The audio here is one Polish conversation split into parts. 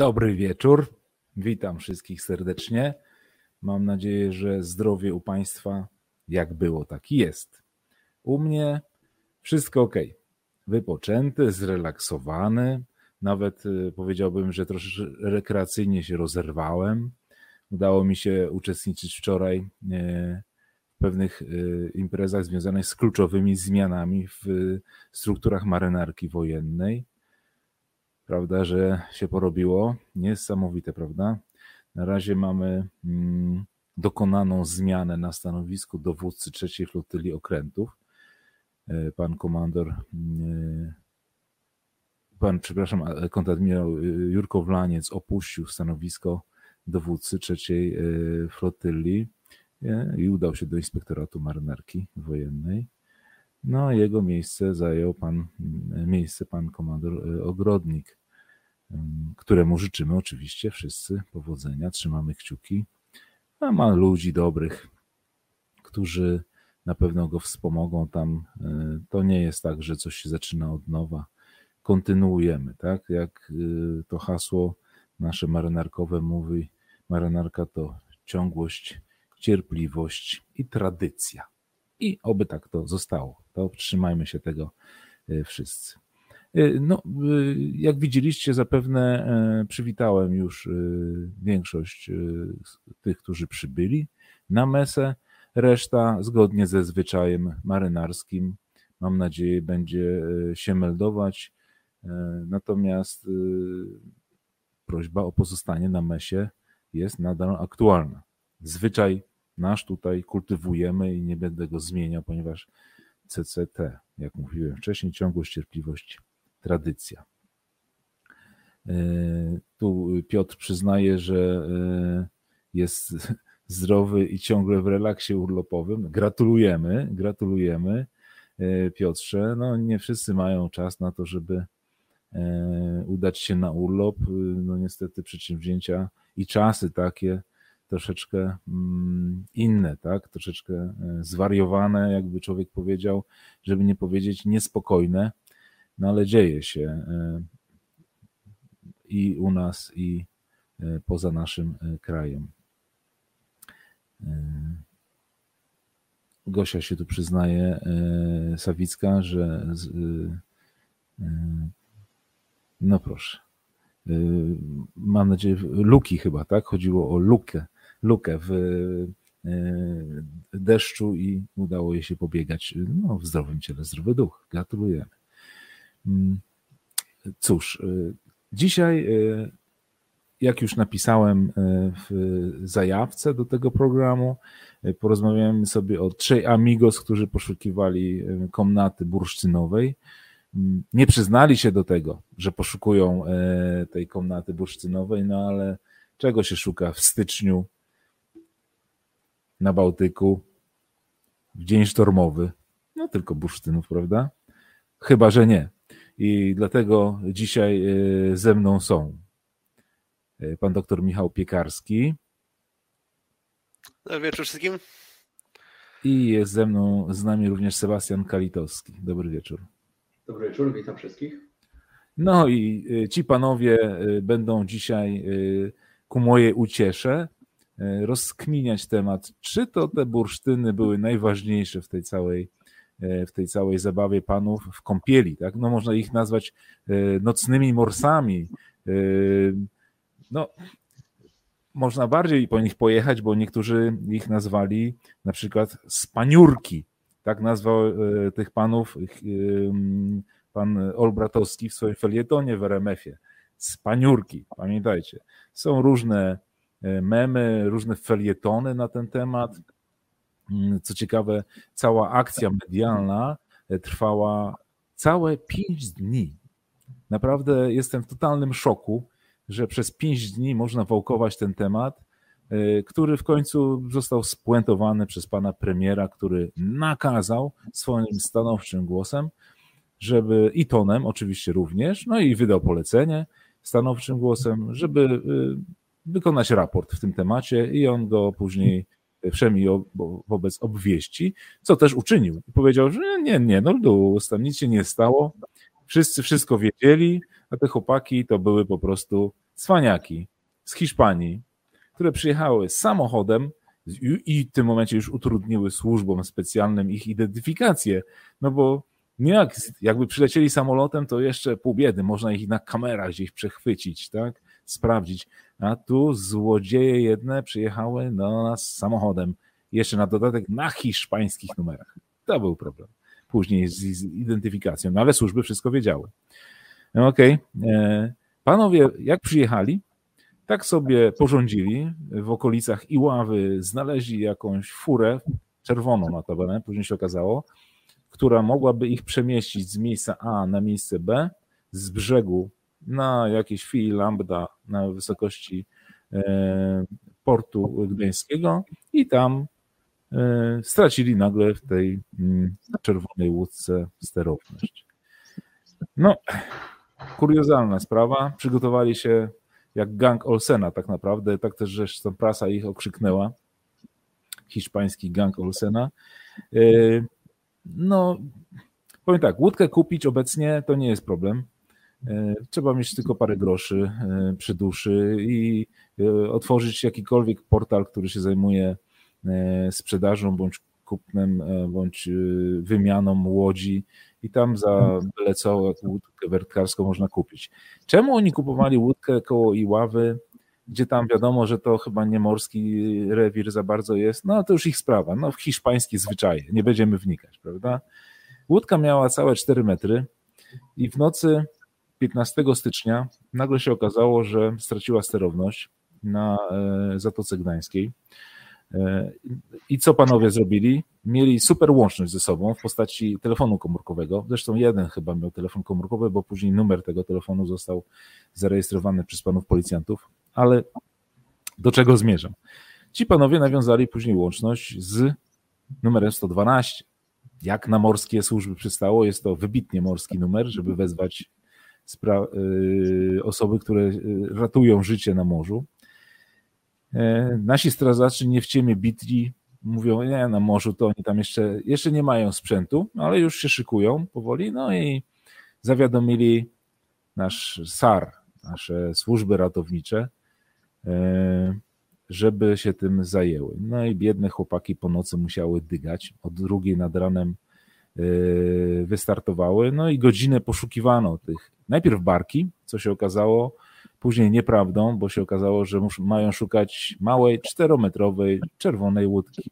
Dobry wieczór, witam wszystkich serdecznie. Mam nadzieję, że zdrowie u Państwa jak było, tak jest. U mnie wszystko ok. Wypoczęty, zrelaksowany, nawet powiedziałbym, że troszeczkę rekreacyjnie się rozerwałem. Udało mi się uczestniczyć wczoraj w pewnych imprezach związanych z kluczowymi zmianami w strukturach marynarki wojennej. Prawda, że się porobiło. Niesamowite, prawda? Na razie mamy dokonaną zmianę na stanowisku dowódcy III Flotyli Okrętów. Pan komandor, kontradmirał Jurko Wlaniec opuścił stanowisko dowódcy III Flotyli i udał się do Inspektoratu Marynarki Wojennej. No, jego miejsce zajął pan komandor Ogrodnik, któremu życzymy oczywiście wszyscy powodzenia, trzymamy kciuki, a ma ludzi dobrych, którzy na pewno go wspomogą tam. To nie jest tak, że coś się zaczyna od nowa. Kontynuujemy, tak? Jak to hasło nasze marynarkowe mówi, marynarka to ciągłość, cierpliwość i tradycja. I oby tak to zostało. To trzymajmy się tego wszyscy. No, jak widzieliście, zapewne przywitałem już większość tych, którzy przybyli na mesę. Reszta, zgodnie ze zwyczajem marynarskim, mam nadzieję, będzie się meldować. Natomiast prośba o pozostanie na mesie jest nadal aktualna. Zwyczaj nasz tutaj kultywujemy i nie będę go zmieniał, ponieważ CCT, jak mówiłem wcześniej, ciągłość, cierpliwość, tradycja. Tu Piotr przyznaje, że jest zdrowy i ciągle w relaksie urlopowym. Gratulujemy Piotrze. No nie wszyscy mają czas na to, żeby udać się na urlop. No niestety przedsięwzięcia i czasy takie troszeczkę inne, tak? Troszeczkę zwariowane, jakby człowiek powiedział, żeby nie powiedzieć niespokojne, no ale dzieje się i u nas, i poza naszym krajem. Gosia się tu przyznaje, Sawicka, że no proszę, mam nadzieję, luki chyba, tak? Chodziło o lukę w deszczu i udało jej się pobiegać. No, w zdrowym ciele, zdrowy duch. Gratulujemy. Cóż, dzisiaj, jak już napisałem w zajawce do tego programu, porozmawiamy sobie o 3 amigos, którzy poszukiwali komnaty bursztynowej. Nie przyznali się do tego, że poszukują tej komnaty bursztynowej, no ale czego się szuka w styczniu na Bałtyku w dzień sztormowy? No tylko bursztynów, prawda? Chyba że nie. I dlatego dzisiaj ze mną są pan doktor Michał Piekarski. Dobry wieczór wszystkim. I jest z nami również Sebastian Kalitowski. Dobry wieczór. Dobry wieczór, witam wszystkich. No i ci panowie będą dzisiaj ku mojej uciesze rozkminiać temat, czy to te bursztyny były najważniejsze w tej całej zabawie panów w kąpieli, tak? No można ich nazwać nocnymi morsami. No, można bardziej po nich pojechać, bo niektórzy ich nazwali na przykład spaniurki. Tak nazwał tych panów pan Olbratowski w swoim felietonie w RMF-ie. Spaniurki, pamiętajcie. Są różne memy, różne felietony na ten temat. Co ciekawe, cała akcja medialna trwała całe 5 dni. Naprawdę jestem w totalnym szoku, że przez 5 dni można wałkować ten temat, który w końcu został spuentowany przez pana premiera, który nakazał swoim stanowczym głosem, żeby i tonem oczywiście również, no i wydał polecenie stanowczym głosem, żeby wykonać raport w tym temacie i on go później wszemi wobec obwieści, co też uczynił. Powiedział, że nie, no luz, tam nic się nie stało, wszyscy wszystko wiedzieli, a te chłopaki to były po prostu cwaniaki z Hiszpanii, które przyjechały samochodem i w tym momencie już utrudniły służbom specjalnym ich identyfikację, no bo jakby przylecieli samolotem, to jeszcze pół biedy, można ich na kamerach gdzieś przechwycić, tak, sprawdzić, a tu złodzieje jedne przyjechały do nas samochodem, jeszcze na dodatek na hiszpańskich numerach. To był problem. Później z identyfikacją, no ale służby wszystko wiedziały. Okej. Panowie, jak przyjechali, tak sobie porządzili w okolicach Iławy, znaleźli jakąś furę, czerwoną notabene, później się okazało, która mogłaby ich przemieścić z miejsca A na miejsce B, z brzegu na jakieś Fili Lambda na wysokości portu gdańskiego i tam stracili nagle w tej czerwonej łódce sterowność. No, kuriozalna sprawa. Przygotowali się jak gang Olsena tak naprawdę, tak też zresztą prasa ich okrzyknęła. Hiszpański gang Olsena. No, powiem tak, łódkę kupić obecnie to nie jest problem. Trzeba mieć tylko parę groszy przy duszy i otworzyć jakikolwiek portal, który się zajmuje sprzedażą bądź kupnem, bądź wymianą łodzi i tam za byle co łódkę wędkarską można kupić. Czemu oni kupowali łódkę koło Iławy, gdzie tam wiadomo, że to chyba nie morski rewir za bardzo jest, no to już ich sprawa, no w hiszpańskie zwyczaje, nie będziemy wnikać, prawda? Łódka miała całe 4 metry i w nocy 15 stycznia nagle się okazało, że straciła sterowność na Zatoce Gdańskiej. I co panowie zrobili? Mieli super łączność ze sobą w postaci telefonu komórkowego. Zresztą jeden chyba miał telefon komórkowy, bo później numer tego telefonu został zarejestrowany przez panów policjantów. Ale do czego zmierzam? Ci panowie nawiązali później łączność z numerem 112. Jak na morskie służby przystało, jest to wybitnie morski numer, żeby wezwać osoby, które ratują życie na morzu. Nasi strażacy nie w ciemię bitli, mówią, nie, na morzu to oni tam jeszcze nie mają sprzętu, ale już się szykują powoli, no i zawiadomili nasz SAR, nasze służby ratownicze, żeby się tym zajęły. No i biedne chłopaki po nocy musiały dygać, o 2 nad ranem wystartowały, no i godzinę poszukiwano tych, najpierw barki, co się okazało później nieprawdą, bo się okazało, że mają szukać małej 4-metrowej czerwonej łódki.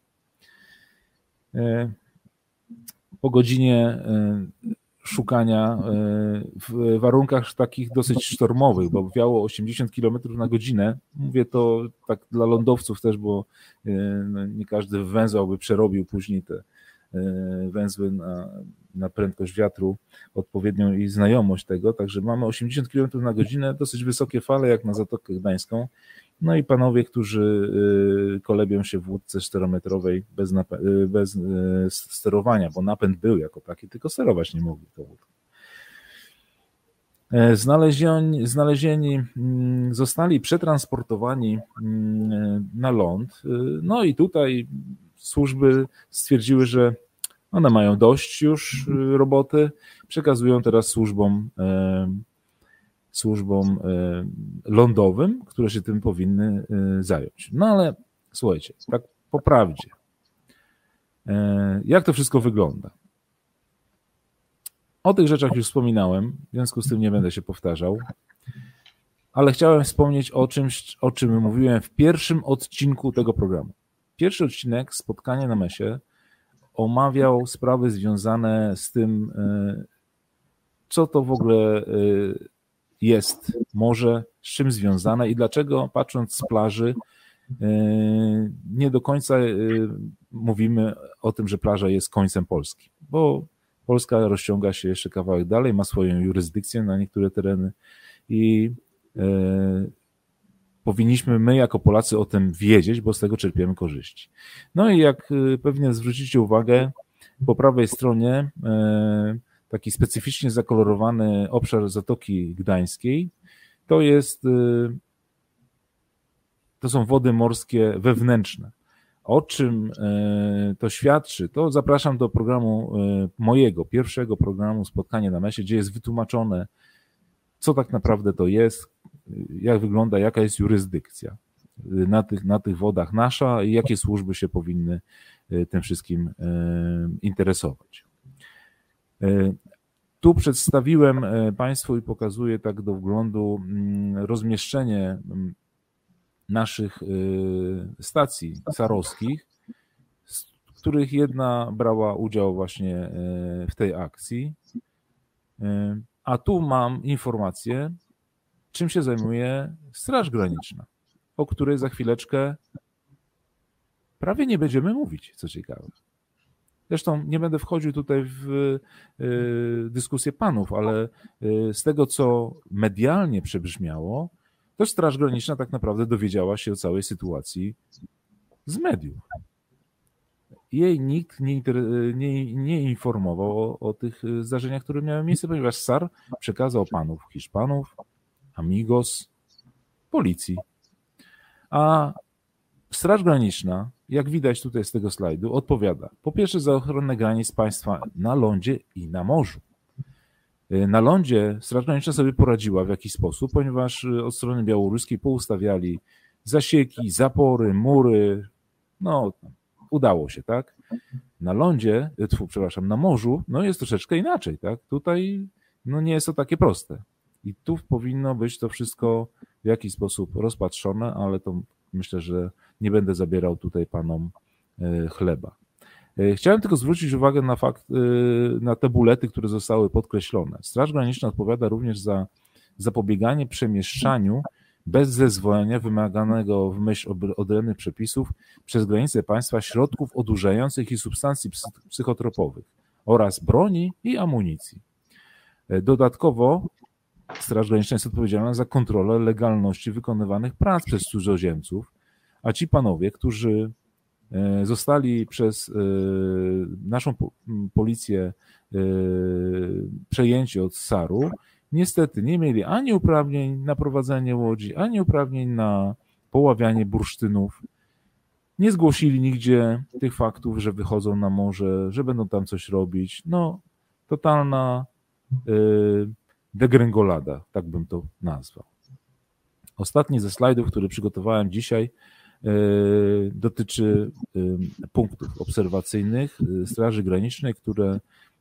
Po godzinie szukania w warunkach takich dosyć sztormowych, bo wiało 80 km na godzinę. Mówię to tak dla lądowców też, bo nie każdy węzeł by przerobił później te węzły na prędkość wiatru odpowiednią i znajomość tego, także mamy 80 km na godzinę, dosyć wysokie fale jak na Zatokę Gdańską, no i panowie, którzy kolebią się w łódce 4-metrowej bez sterowania, bo napęd był jako taki, tylko sterować nie mogli tą łódką. Znalezieni zostali przetransportowani na ląd, no i tutaj służby stwierdziły, że one mają dość już roboty, przekazują teraz służbom lądowym, które się tym powinny zająć. No ale słuchajcie, tak po prawdzie, jak to wszystko wygląda? O tych rzeczach już wspominałem, w związku z tym nie będę się powtarzał, ale chciałem wspomnieć o czymś, o czym mówiłem w pierwszym odcinku tego programu. Pierwszy odcinek, Spotkanie na Mesie, omawiał sprawy związane z tym, co to w ogóle jest morze, z czym związane i dlaczego, patrząc z plaży, nie do końca mówimy o tym, że plaża jest końcem Polski, bo Polska rozciąga się jeszcze kawałek dalej, ma swoją jurysdykcję na niektóre tereny i powinniśmy my jako Polacy o tym wiedzieć, bo z tego czerpiemy korzyści. No i jak pewnie zwrócicie uwagę, po prawej stronie taki specyficznie zakolorowany obszar Zatoki Gdańskiej, to są wody morskie wewnętrzne. O czym to świadczy, to zapraszam do programu mojego, pierwszego programu Spotkanie na Mesie, gdzie jest wytłumaczone, co tak naprawdę to jest, jak wygląda, jaka jest jurysdykcja na tych wodach nasza i jakie służby się powinny tym wszystkim interesować. Tu przedstawiłem Państwu i pokazuję tak do wglądu rozmieszczenie naszych stacji sarowskich, z których jedna brała udział właśnie w tej akcji. A tu mam informację, czym się zajmuje Straż Graniczna, o której za chwileczkę prawie nie będziemy mówić, co ciekawe. Zresztą nie będę wchodził tutaj w dyskusję panów, ale z tego, co medialnie przebrzmiało, to Straż Graniczna tak naprawdę dowiedziała się o całej sytuacji z mediów. Jej nikt nie informował o tych zdarzeniach, które miały miejsce, ponieważ SAR przekazał panów Hiszpanów, Amigos, policji. A Straż Graniczna, jak widać tutaj z tego slajdu, odpowiada po pierwsze za ochronę granic państwa na lądzie i na morzu. Na lądzie Straż Graniczna sobie poradziła w jakiś sposób, ponieważ od strony białoruskiej poustawiali zasieki, zapory, mury. No, udało się, tak? Na lądzie, na morzu, no jest troszeczkę inaczej, tak? Tutaj no nie jest to takie proste. I tu powinno być to wszystko w jakiś sposób rozpatrzone, ale to myślę, że nie będę zabierał tutaj panom chleba. Chciałem tylko zwrócić uwagę na fakt, na te bulety, które zostały podkreślone. Straż Graniczna odpowiada również za zapobieganie przemieszczaniu bez zezwolenia wymaganego w myśl odrębnych przepisów przez granice państwa środków odurzających i substancji psychotropowych oraz broni i amunicji. Dodatkowo Straż Graniczna jest odpowiedzialna za kontrolę legalności wykonywanych prac przez cudzoziemców, a ci panowie, którzy zostali przez naszą policję przejęci od SAR-u, niestety nie mieli ani uprawnień na prowadzenie łodzi, ani uprawnień na poławianie bursztynów. Nie zgłosili nigdzie tych faktów, że wychodzą na morze, że będą tam coś robić. No, totalna degrengolada, tak bym to nazwał. Ostatni ze slajdów, który przygotowałem dzisiaj, dotyczy punktów obserwacyjnych Straży Granicznej, które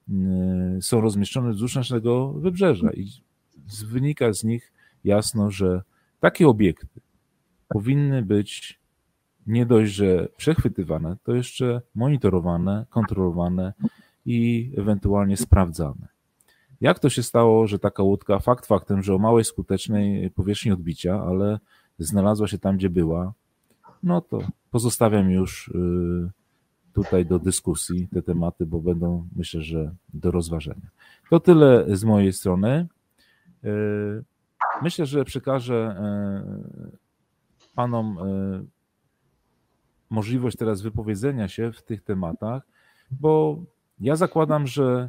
są rozmieszczone wzdłuż naszego wybrzeża i wynika z nich jasno, że takie obiekty powinny być nie dość, że przechwytywane, to jeszcze monitorowane, kontrolowane i ewentualnie sprawdzane. Jak to się stało, że taka łódka, fakt faktem, że o małej skutecznej powierzchni odbicia, ale znalazła się tam, gdzie była, no to pozostawiam już tutaj do dyskusji te tematy, bo będą, myślę, że do rozważenia. To tyle z mojej strony. Myślę, że przekażę panom możliwość teraz wypowiedzenia się w tych tematach, bo ja zakładam, że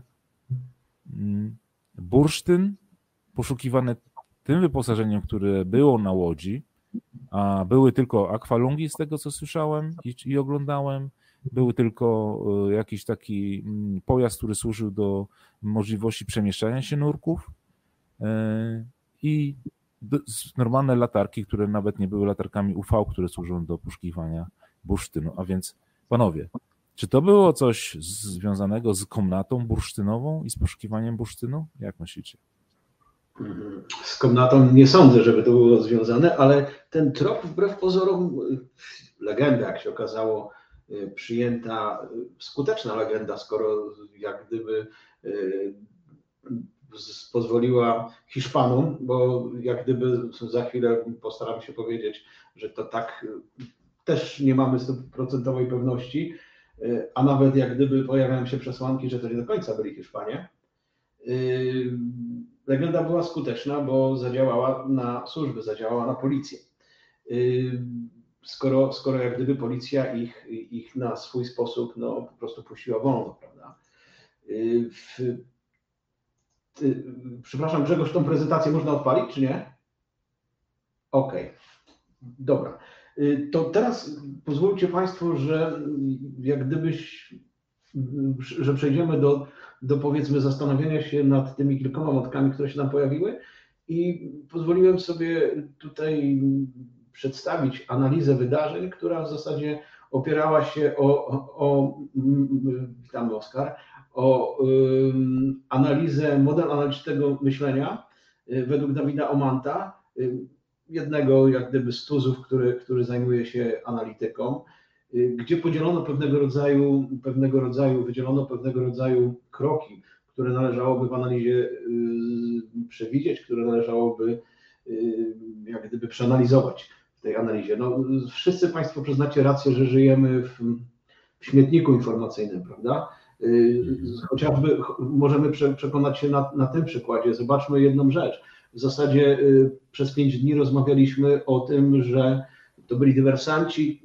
bursztyn poszukiwany tym wyposażeniem, które było na łodzi, a były tylko akwalungi z tego, co słyszałem i oglądałem, był tylko jakiś taki pojazd, który służył do możliwości przemieszczania się nurków i normalne latarki, które nawet nie były latarkami UV, które służą do poszukiwania bursztynu. A więc panowie, czy to było coś związanego z komnatą bursztynową i z poszukiwaniem bursztynu? Jak myślicie? Z komnatą nie sądzę, żeby to było związane, ale ten trop wbrew pozorom, legenda, jak się okazało, przyjęta, skuteczna legenda, skoro jak gdyby pozwoliła Hiszpanom, bo jak gdyby za chwilę postaram się powiedzieć, że to tak też nie mamy 100% pewności, a nawet jak gdyby pojawiają się przesłanki, że to nie do końca byli Hiszpanie. Legenda była skuteczna, bo zadziałała na służby, zadziałała na policję. Skoro jak gdyby policja ich na swój sposób no, po prostu puściła wolno, prawda? Przepraszam, Grzegorz, tą prezentację można odpalić, czy nie? Okej, dobra. To teraz pozwólcie Państwo, że jak gdybyś, że przejdziemy do powiedzmy zastanowienia się nad tymi kilkoma wątkami, które się tam pojawiły i pozwoliłem sobie tutaj przedstawić analizę wydarzeń, która w zasadzie opierała się witamy Oskar, o analizę, model analitycznego myślenia według Dawida Omanta, jednego jak gdyby z tuzów, który zajmuje się analityką, gdzie wydzielono pewnego rodzaju kroki, które należałoby w analizie przewidzieć, które należałoby jak gdyby przeanalizować w tej analizie. No, wszyscy Państwo przyznacie rację, że żyjemy w śmietniku informacyjnym, prawda? Chociażby możemy przekonać się na tym przykładzie. Zobaczmy jedną rzecz. W zasadzie przez 5 dni rozmawialiśmy o tym, że to byli dywersanci,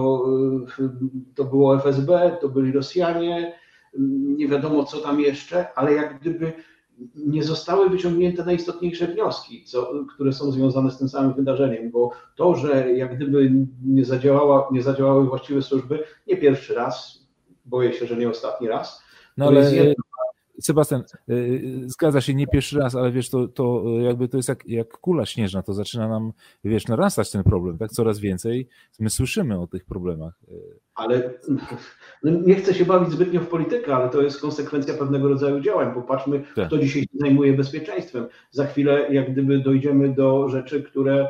to było FSB, to byli Rosjanie, nie wiadomo co tam jeszcze, ale jak gdyby nie zostały wyciągnięte najistotniejsze wnioski, które są związane z tym samym wydarzeniem, bo to, że jak gdyby nie zadziałały właściwe służby, nie pierwszy raz, boję się, że nie ostatni raz. No ale Sebastian, zgadza się, nie pierwszy raz, ale wiesz, to jakby to jest jak kula śnieżna, to zaczyna nam, wiesz, narastać ten problem, tak coraz więcej. My słyszymy o tych problemach. Ale no nie chcę się bawić zbytnio w politykę, ale to jest konsekwencja pewnego rodzaju działań. Popatrzmy, kto dzisiaj się zajmuje bezpieczeństwem. Za chwilę jak gdyby dojdziemy do rzeczy, które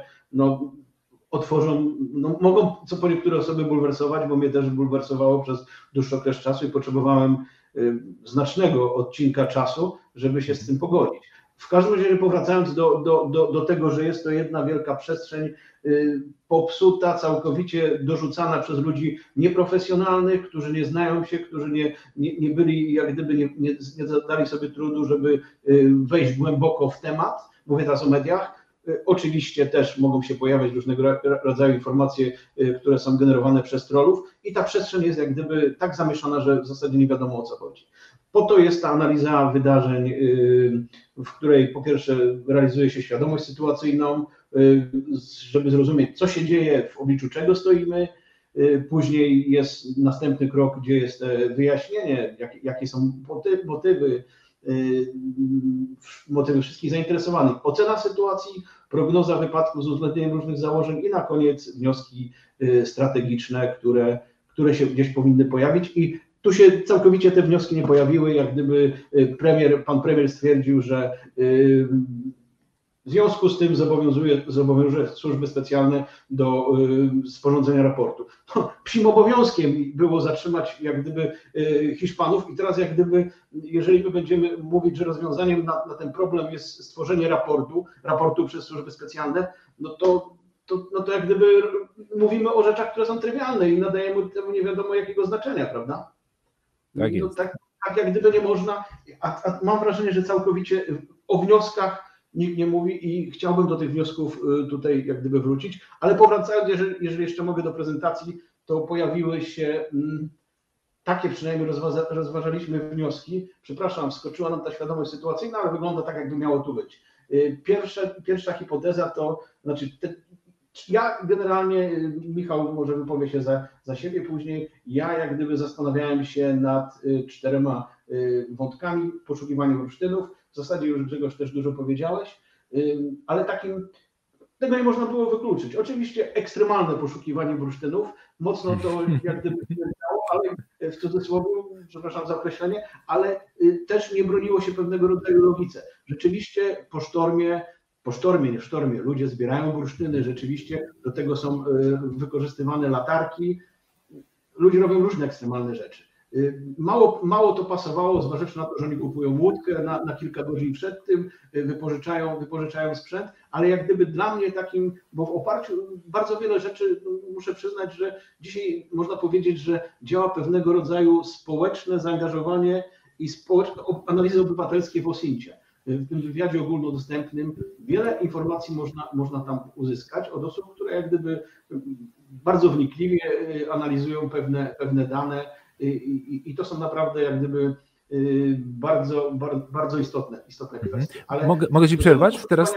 otworzą, mogą co po niektóre osoby bulwersować, bo mnie też bulwersowało przez dłuższy okres czasu i potrzebowałem znacznego odcinka czasu, żeby się z tym pogodzić. W każdym razie powracając do tego, że jest to jedna wielka przestrzeń popsuta, całkowicie dorzucana przez ludzi nieprofesjonalnych, którzy nie znają się, którzy nie byli, jak gdyby nie zadali sobie trudu, żeby wejść głęboko w temat. Mówię teraz o mediach. Oczywiście też mogą się pojawiać różnego rodzaju informacje, które są generowane przez trollów i ta przestrzeń jest jak gdyby tak zamieszana, że w zasadzie nie wiadomo o co chodzi. Po to jest ta analiza wydarzeń, w której po pierwsze realizuje się świadomość sytuacyjną, żeby zrozumieć, co się dzieje, w obliczu czego stoimy. Później jest następny krok, gdzie jest wyjaśnienie, jakie są motywy wszystkich zainteresowanych, ocena sytuacji, prognoza wypadków z uwzględnieniem różnych założeń i na koniec wnioski strategiczne, które się gdzieś powinny pojawić. I tu się całkowicie te wnioski nie pojawiły, jak gdyby pan premier stwierdził, że w związku z tym zobowiązuje służby specjalne do sporządzenia raportu. Psim obowiązkiem było zatrzymać jak gdyby Hiszpanów i teraz jak gdyby, jeżeli my będziemy mówić, że rozwiązaniem na ten problem jest stworzenie raportu przez służby specjalne, no to jak gdyby mówimy o rzeczach, które są trywialne i nadajemy temu nie wiadomo jakiego znaczenia, prawda? Tak jest. No, tak jak gdyby nie można, a mam wrażenie, że całkowicie o wnioskach nikt nie mówi i chciałbym do tych wniosków tutaj jak gdyby wrócić, ale powracając, jeżeli jeszcze mogę do prezentacji, to pojawiły się takie przynajmniej rozważaliśmy wnioski. Przepraszam, wskoczyła nam ta świadomość sytuacyjna, ale wygląda tak, jakby miało tu być. Pierwsza hipoteza to, znaczy ja generalnie, Michał może wypowie się za siebie później, ja jak gdyby zastanawiałem się nad 4 wątkami poszukiwania bursztynów. W zasadzie już Grzegorz też dużo powiedziałeś, ale tego nie można było wykluczyć. Oczywiście ekstremalne poszukiwanie bursztynów, mocno to jak gdyby ale w cudzysłowie, przepraszam za określenie, ale też nie broniło się pewnego rodzaju logice. Rzeczywiście po sztormie ludzie zbierają bursztyny, rzeczywiście do tego są wykorzystywane latarki, ludzie robią różne ekstremalne rzeczy. Mało to pasowało, zważywszy na to, że oni kupują łódkę na kilka godzin przed tym, wypożyczają sprzęt, ale jak gdyby dla mnie takim, bo w oparciu bardzo wiele rzeczy, muszę przyznać, że dzisiaj można powiedzieć, że działa pewnego rodzaju społeczne zaangażowanie i analizy obywatelskie w OSINT-cie. W tym wywiadzie ogólnodostępnym wiele informacji można tam uzyskać od osób, które jak gdyby bardzo wnikliwie analizują pewne dane i to są naprawdę jak gdyby bardzo istotne kwestie. Ale mogę Ci przerwać teraz?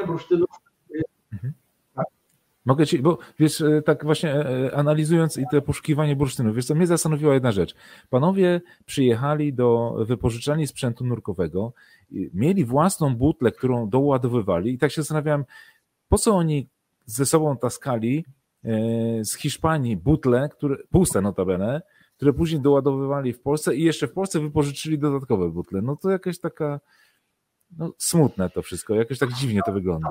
Tak. Mogę Ci, bo wiesz, tak właśnie analizując i te poszukiwanie bursztynów, wiesz co, mnie zastanowiła jedna rzecz. Panowie przyjechali do wypożyczalni sprzętu nurkowego mieli własną butlę, którą doładowywali i tak się zastanawiałem, po co oni ze sobą taskali z Hiszpanii butle, które, puste notabene, które później doładowywali w Polsce i jeszcze w Polsce wypożyczyli dodatkowe butle. No to jakaś taka, no smutne to wszystko, jakoś tak dziwnie to wygląda.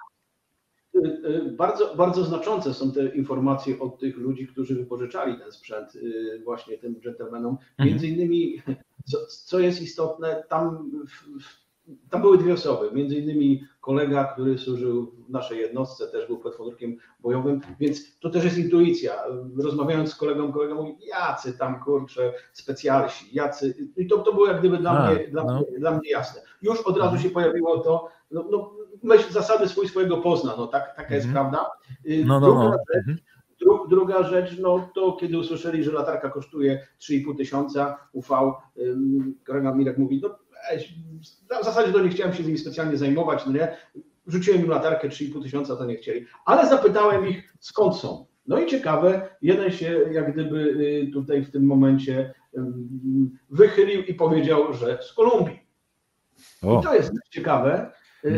Bardzo, bardzo znaczące są te informacje od tych ludzi, którzy wypożyczali ten sprzęt właśnie tym dżentelmenom. Między innymi, co jest istotne, tam były dwie osoby, między innymi kolega, który służył w naszej jednostce, też był podwodnikiem bojowym, więc to też jest intuicja. Rozmawiając z kolegą, kolega mówi, jacy tam kurczę specjalsi, jacy, i to było jak gdyby dla mnie jasne. Już od razu się pojawiło to, myśl zasady swojego pozna, taka jest prawda. Druga rzecz, to kiedy usłyszeli, że latarka kosztuje 3,5 tysiąca UV, kolega Mirek mówi, w zasadzie nie chciałem się z nimi specjalnie zajmować, nie? Rzuciłem im latarkę 3,5 tysiąca, to nie chcieli, ale zapytałem ich, skąd są. No i ciekawe, jeden się jak gdyby tutaj w tym momencie wychylił i powiedział, że z Kolumbii. I to jest ciekawe.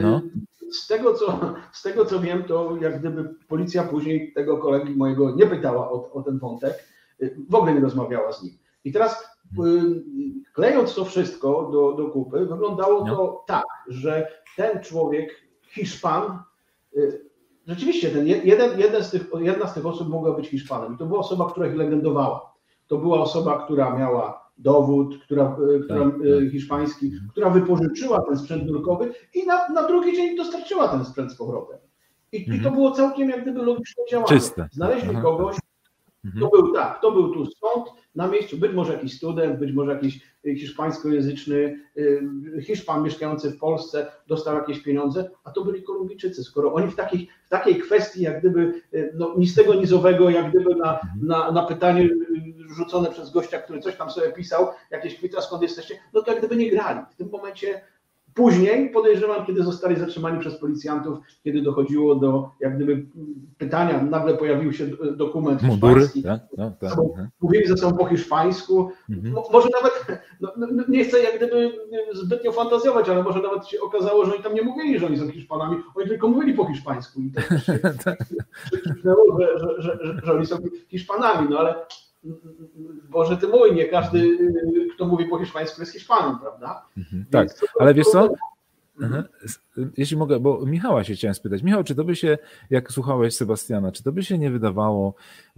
Z tego co wiem, to jak gdyby policja później tego kolegi mojego nie pytała o ten wątek, w ogóle nie rozmawiała z nim. I teraz klejąc to wszystko do kupy, wyglądało to tak, że ten człowiek, Hiszpan, rzeczywiście jedna z tych osób mogła być Hiszpanem. I to była osoba, która ich legendowała. To była osoba, która miała dowód, która hiszpański, która wypożyczyła ten sprzęt nurkowy i na drugi dzień dostarczyła ten sprzęt z powrotem. I to było całkiem jak gdyby logiczne działanie. Czyste. Znaleźli kogoś, to był tu stąd, na miejscu, być może jakiś student, być może jakiś hiszpańskojęzyczny Hiszpan mieszkający w Polsce dostał jakieś pieniądze, a to byli Kolumbijczycy. Skoro oni w takiej kwestii jak gdyby ni z tego nizowego, jak gdyby na pytanie rzucone przez gościa, który coś tam sobie pisał, jakieś kwita, skąd jesteście, to jak gdyby nie grali. W tym momencie później podejrzewam, kiedy zostali zatrzymani przez policjantów, kiedy dochodziło do jak gdyby pytania, nagle pojawił się dokument hiszpański. Mówili ze sobą po hiszpańsku. Może nawet, nie chcę jak gdyby zbytnio fantazjować, ale może nawet się okazało, że oni tam nie mówili, że oni są Hiszpanami, oni tylko mówili po hiszpańsku. I to się krzyknęło, że oni są Hiszpanami, ale Boże ty mój, nie każdy, kto mówi po hiszpańsku jest Hiszpanem, prawda? Tak, ale wiesz co? Jeśli mogę, bo Michała się chciałem spytać. Michał, czy to by się, jak słuchałeś Sebastiana, czy to by się nie wydawało,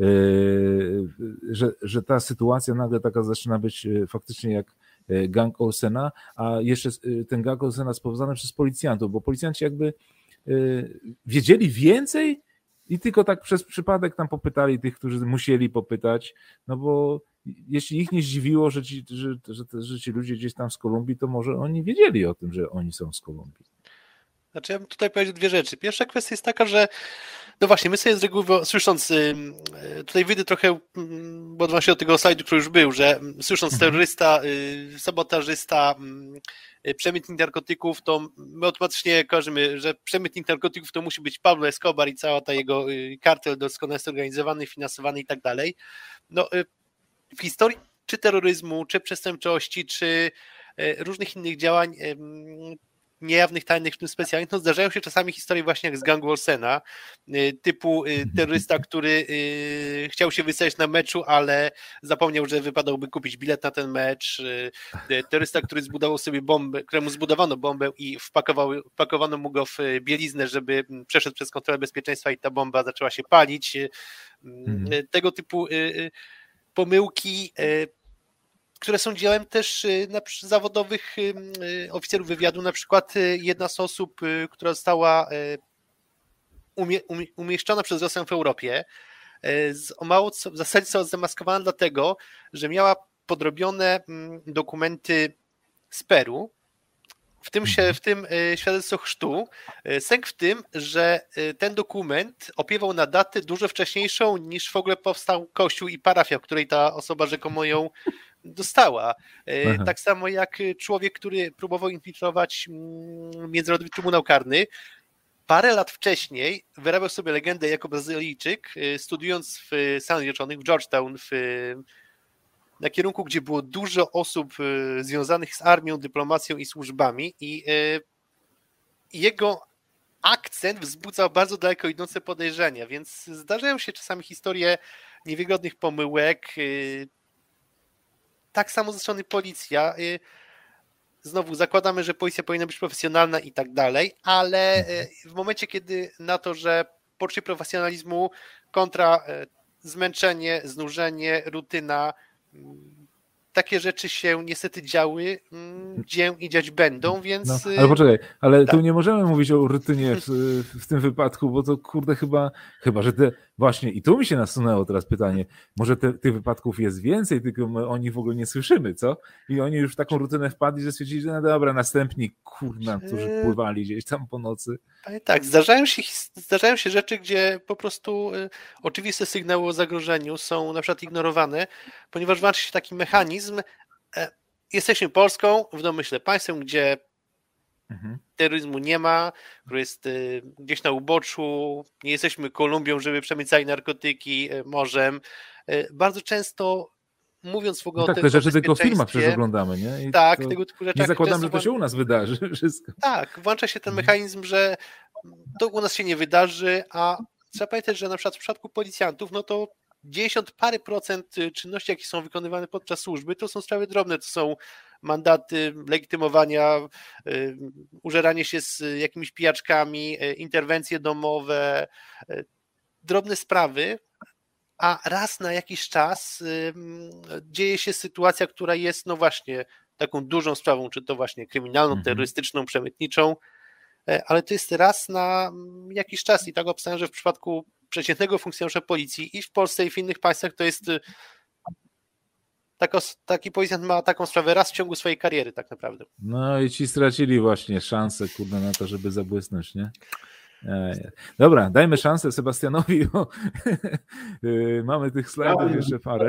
że ta sytuacja nagle taka zaczyna być faktycznie jak gang Olsena, a jeszcze ten gang Olsena spowodowany przez policjantów, bo policjanci jakby wiedzieli więcej i tylko tak przez przypadek tam popytali tych, którzy musieli popytać, no bo jeśli ich nie zdziwiło, że ci ludzie gdzieś tam z Kolumbii, to może oni wiedzieli o tym, że oni są z Kolumbii. Znaczy ja bym tutaj powiedział dwie rzeczy. Pierwsza kwestia jest taka, że no właśnie, my sobie z reguły, słysząc, tutaj wyjdę trochę, bo właśnie do tego slajdu, który już był, że słysząc terrorysta, sabotażysta, przemytnik narkotyków, to my automatycznie kojarzymy, że przemytnik narkotyków to musi być Pablo Escobar i cała ta jego kartel doskonale zorganizowany, finansowany i tak dalej. No, w historii czy terroryzmu, czy przestępczości, czy różnych innych działań niejawnych, tajnych, w tym specjalnych, no zdarzają się czasami historie właśnie jak z gangu Olsena, typu terrorysta, który chciał się wystawić na meczu, ale zapomniał, że wypadałoby kupić bilet na ten mecz, terrorysta, który zbudował sobie bombę, któremu zbudowano bombę i wpakowano mu go w bieliznę, żeby przeszedł przez kontrolę bezpieczeństwa i ta bomba zaczęła się palić. Tego typu pomyłki, które są dziełem też zawodowych oficerów wywiadu. Na przykład jedna z osób, która została umieszczona przez Rosję w Europie, w zasadzie została zdemaskowana dlatego, że miała podrobione dokumenty z Peru, w tym świadectwo chrztu. Sęk w tym, że ten dokument opiewał na datę dużo wcześniejszą niż w ogóle powstał kościół i parafia, w której ta osoba rzekomo ją dostała. Tak samo jak człowiek, który próbował infiltrować Międzynarodowy Trybunał Karny, parę lat wcześniej wyrabiał sobie legendę jako Brazylijczyk, studiując w Stanach Zjednoczonych, w Georgetown, na kierunku, gdzie było dużo osób związanych z armią, dyplomacją i służbami i jego akcent wzbudzał bardzo daleko idące podejrzenia, więc zdarzają się czasami historie niewygodnych pomyłek. Tak samo ze strony policja. Znowu zakładamy, że policja powinna być profesjonalna i tak dalej, ale w momencie, kiedy na to, że poczucie profesjonalizmu kontra zmęczenie, znużenie, rutyna, takie rzeczy się niestety działy, dzieją i dziać będą, więc... No, ale poczekaj, ale tak. tu nie możemy mówić o rutynie w tym wypadku, bo to kurde chyba, że te właśnie, i tu mi się nasunęło teraz pytanie, może tych wypadków jest więcej, tylko my o nich w ogóle nie słyszymy, co? I oni już w taką rutynę wpadli, że stwierdzili, że no dobra, następni, kurna, którzy pływali gdzieś tam po nocy. Tak, zdarzają się rzeczy, gdzie po prostu oczywiste sygnały o zagrożeniu są na przykład ignorowane, ponieważ włącza się taki mechanizm. Jesteśmy Polską, w domyśle państwem, gdzie terroryzmu nie ma, który jest gdzieś na uboczu, nie jesteśmy Kolumbią, żeby przemycali narkotyki morzem. Bardzo często mówiąc w ogóle no tak, o te rzeczy tylko w filmach przecież oglądamy, nie? I tak, tego typu rzeczy. Nie zakładam, że to się u nas wydarzy wszystko. Tak, włącza się ten mechanizm, że to u nas się nie wydarzy, a trzeba pamiętać, że na przykład w przypadku policjantów, no to 90 parę procent czynności, jakie są wykonywane podczas służby, to są sprawy drobne, to są mandaty, legitymowania, użeranie się z jakimiś pijaczkami, interwencje domowe, drobne sprawy, a raz na jakiś czas dzieje się sytuacja, która jest no właśnie taką dużą sprawą, czy to właśnie kryminalną, terrorystyczną, przemytniczą, ale to jest raz na jakiś czas i tak obstawiam, że w przypadku przeciętnego funkcjonariusza policji i w Polsce i w innych państwach to jest taki policjant ma taką sprawę raz w ciągu swojej kariery tak naprawdę. No i ci stracili właśnie szansę, kurde, na to, żeby zabłysnąć, nie? Dobra, dajmy szansę Sebastianowi, bo mamy tych slajdów jeszcze parę.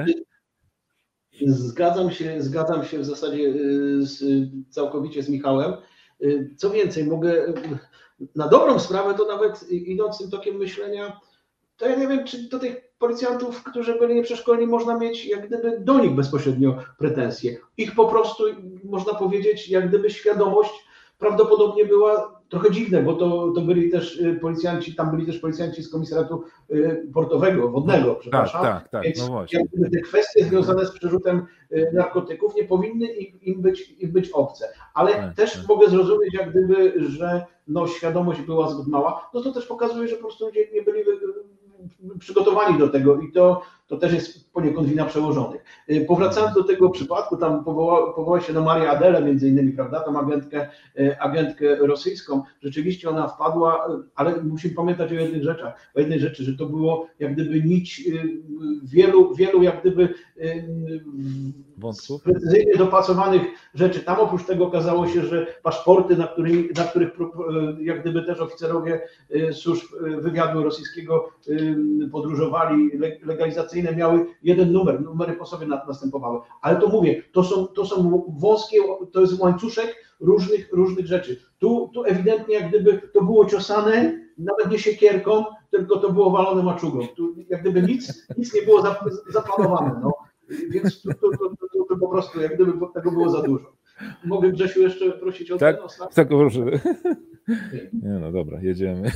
Zgadzam się w zasadzie całkowicie z Michałem. Co więcej, mogę na dobrą sprawę, to nawet idąc tym tokiem myślenia, to ja nie wiem, czy do tych policjantów, którzy byli nieprzeszkoleni, można mieć jak gdyby do nich bezpośrednio pretensje. Ich po prostu, można powiedzieć, jak gdyby świadomość prawdopodobnie była trochę dziwne, bo to byli też policjanci, tam byli też policjanci z komisariatu portowego, wodnego, przepraszam. Tak, więc no właśnie. jak gdyby te kwestie związane z przerzutem narkotyków nie powinny im być obce. Ale też mogę zrozumieć, jak gdyby, że no, świadomość była zbyt mała, no to też pokazuje, że po prostu ludzie nie byli przygotowani do tego i to też jest poniekąd wina przełożonych. Powracając do tego przypadku, tam powołała się na Marię Adelę między innymi, prawda, tam agentkę rosyjską, rzeczywiście ona wpadła, ale musimy pamiętać o jednej rzeczy, że to było jak gdyby nić wielu jak gdyby wątków, precyzyjnie dopasowanych rzeczy. Tam oprócz tego okazało się, że paszporty, na których jak gdyby też oficerowie służb wywiadu rosyjskiego podróżowali, legalizacyjne miały jeden numery po sobie następowały. Ale to mówię, to są wąskie, to jest łańcuszek różnych rzeczy. Tu ewidentnie jak gdyby to było ciosane, nawet nie siekierką, tylko to było walone maczugą. Tu jak gdyby nic nie było zaplanowane. No. Więc to po prostu jak gdyby tego było za dużo. Mogę, Grzesiu, jeszcze prosić o ten ostatni? Tak, proszę. Nie, no dobra, jedziemy.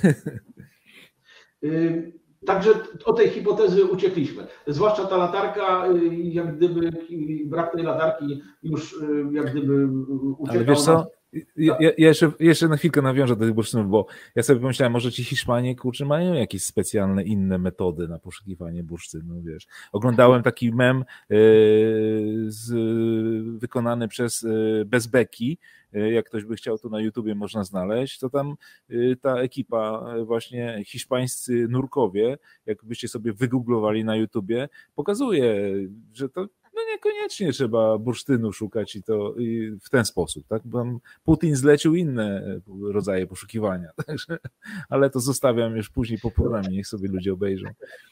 Także od tej hipotezy uciekliśmy. Zwłaszcza ta latarka, jak gdyby brak tej latarki już jak gdyby uciekał. Ale wiesz co? Ja jeszcze na chwilkę nawiążę do tych bursztynów, bo ja sobie pomyślałem, może ci Hiszpanie, kurczę, mają jakieś specjalne inne metody na poszukiwanie bursztynu, wiesz. Oglądałem taki mem wykonany przez Bezbeki, jak ktoś by chciał, to na YouTubie można znaleźć, to tam ta ekipa, właśnie hiszpańscy nurkowie, jakbyście sobie wygooglowali na YouTubie, pokazuje, że to niekoniecznie trzeba bursztynu szukać i to w ten sposób, tak? Bo Putin zlecił inne rodzaje poszukiwania, także, ale to zostawiam już później po programie, niech sobie ludzie obejrzą.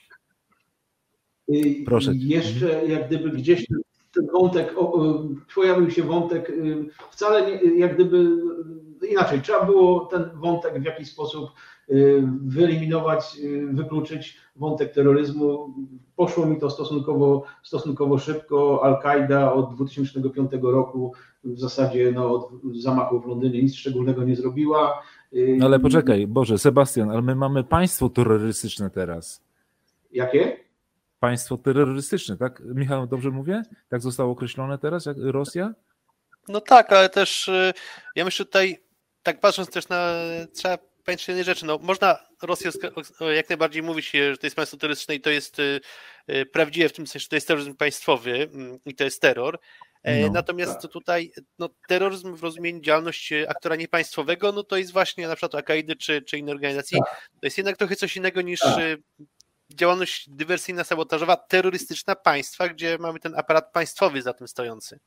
Proszę. Jeszcze jak gdyby gdzieś ten wątek, pojawił się wątek, wcale nie, jak gdyby inaczej, trzeba było ten wątek w jakiś sposób wyeliminować, wykluczyć wątek terroryzmu. Poszło mi to stosunkowo szybko. Al-Kaida od 2005 roku w zasadzie od zamachu w Londynie nic szczególnego nie zrobiła. No ale poczekaj, Boże, Sebastian, ale my mamy państwo terrorystyczne teraz. Jakie? Państwo terrorystyczne, tak? Michał, dobrze mówię? Tak zostało określone teraz, jak Rosja? No tak, ale też ja myślę tutaj, tak patrząc też trzeba pamiętać jednej rzeczy, można Rosję jak najbardziej mówić, że to jest państwo terrorystyczne i to jest prawdziwe w tym sensie, że to jest terroryzm państwowy i to jest terror. Natomiast tutaj terroryzm w rozumieniu działalność aktora niepaństwowego, to jest właśnie na przykład Al-Kaidy czy innej organizacji. To jest jednak trochę coś innego niż działalność dywersyjna, sabotażowa, terrorystyczna państwa, gdzie mamy ten aparat państwowy za tym stojący.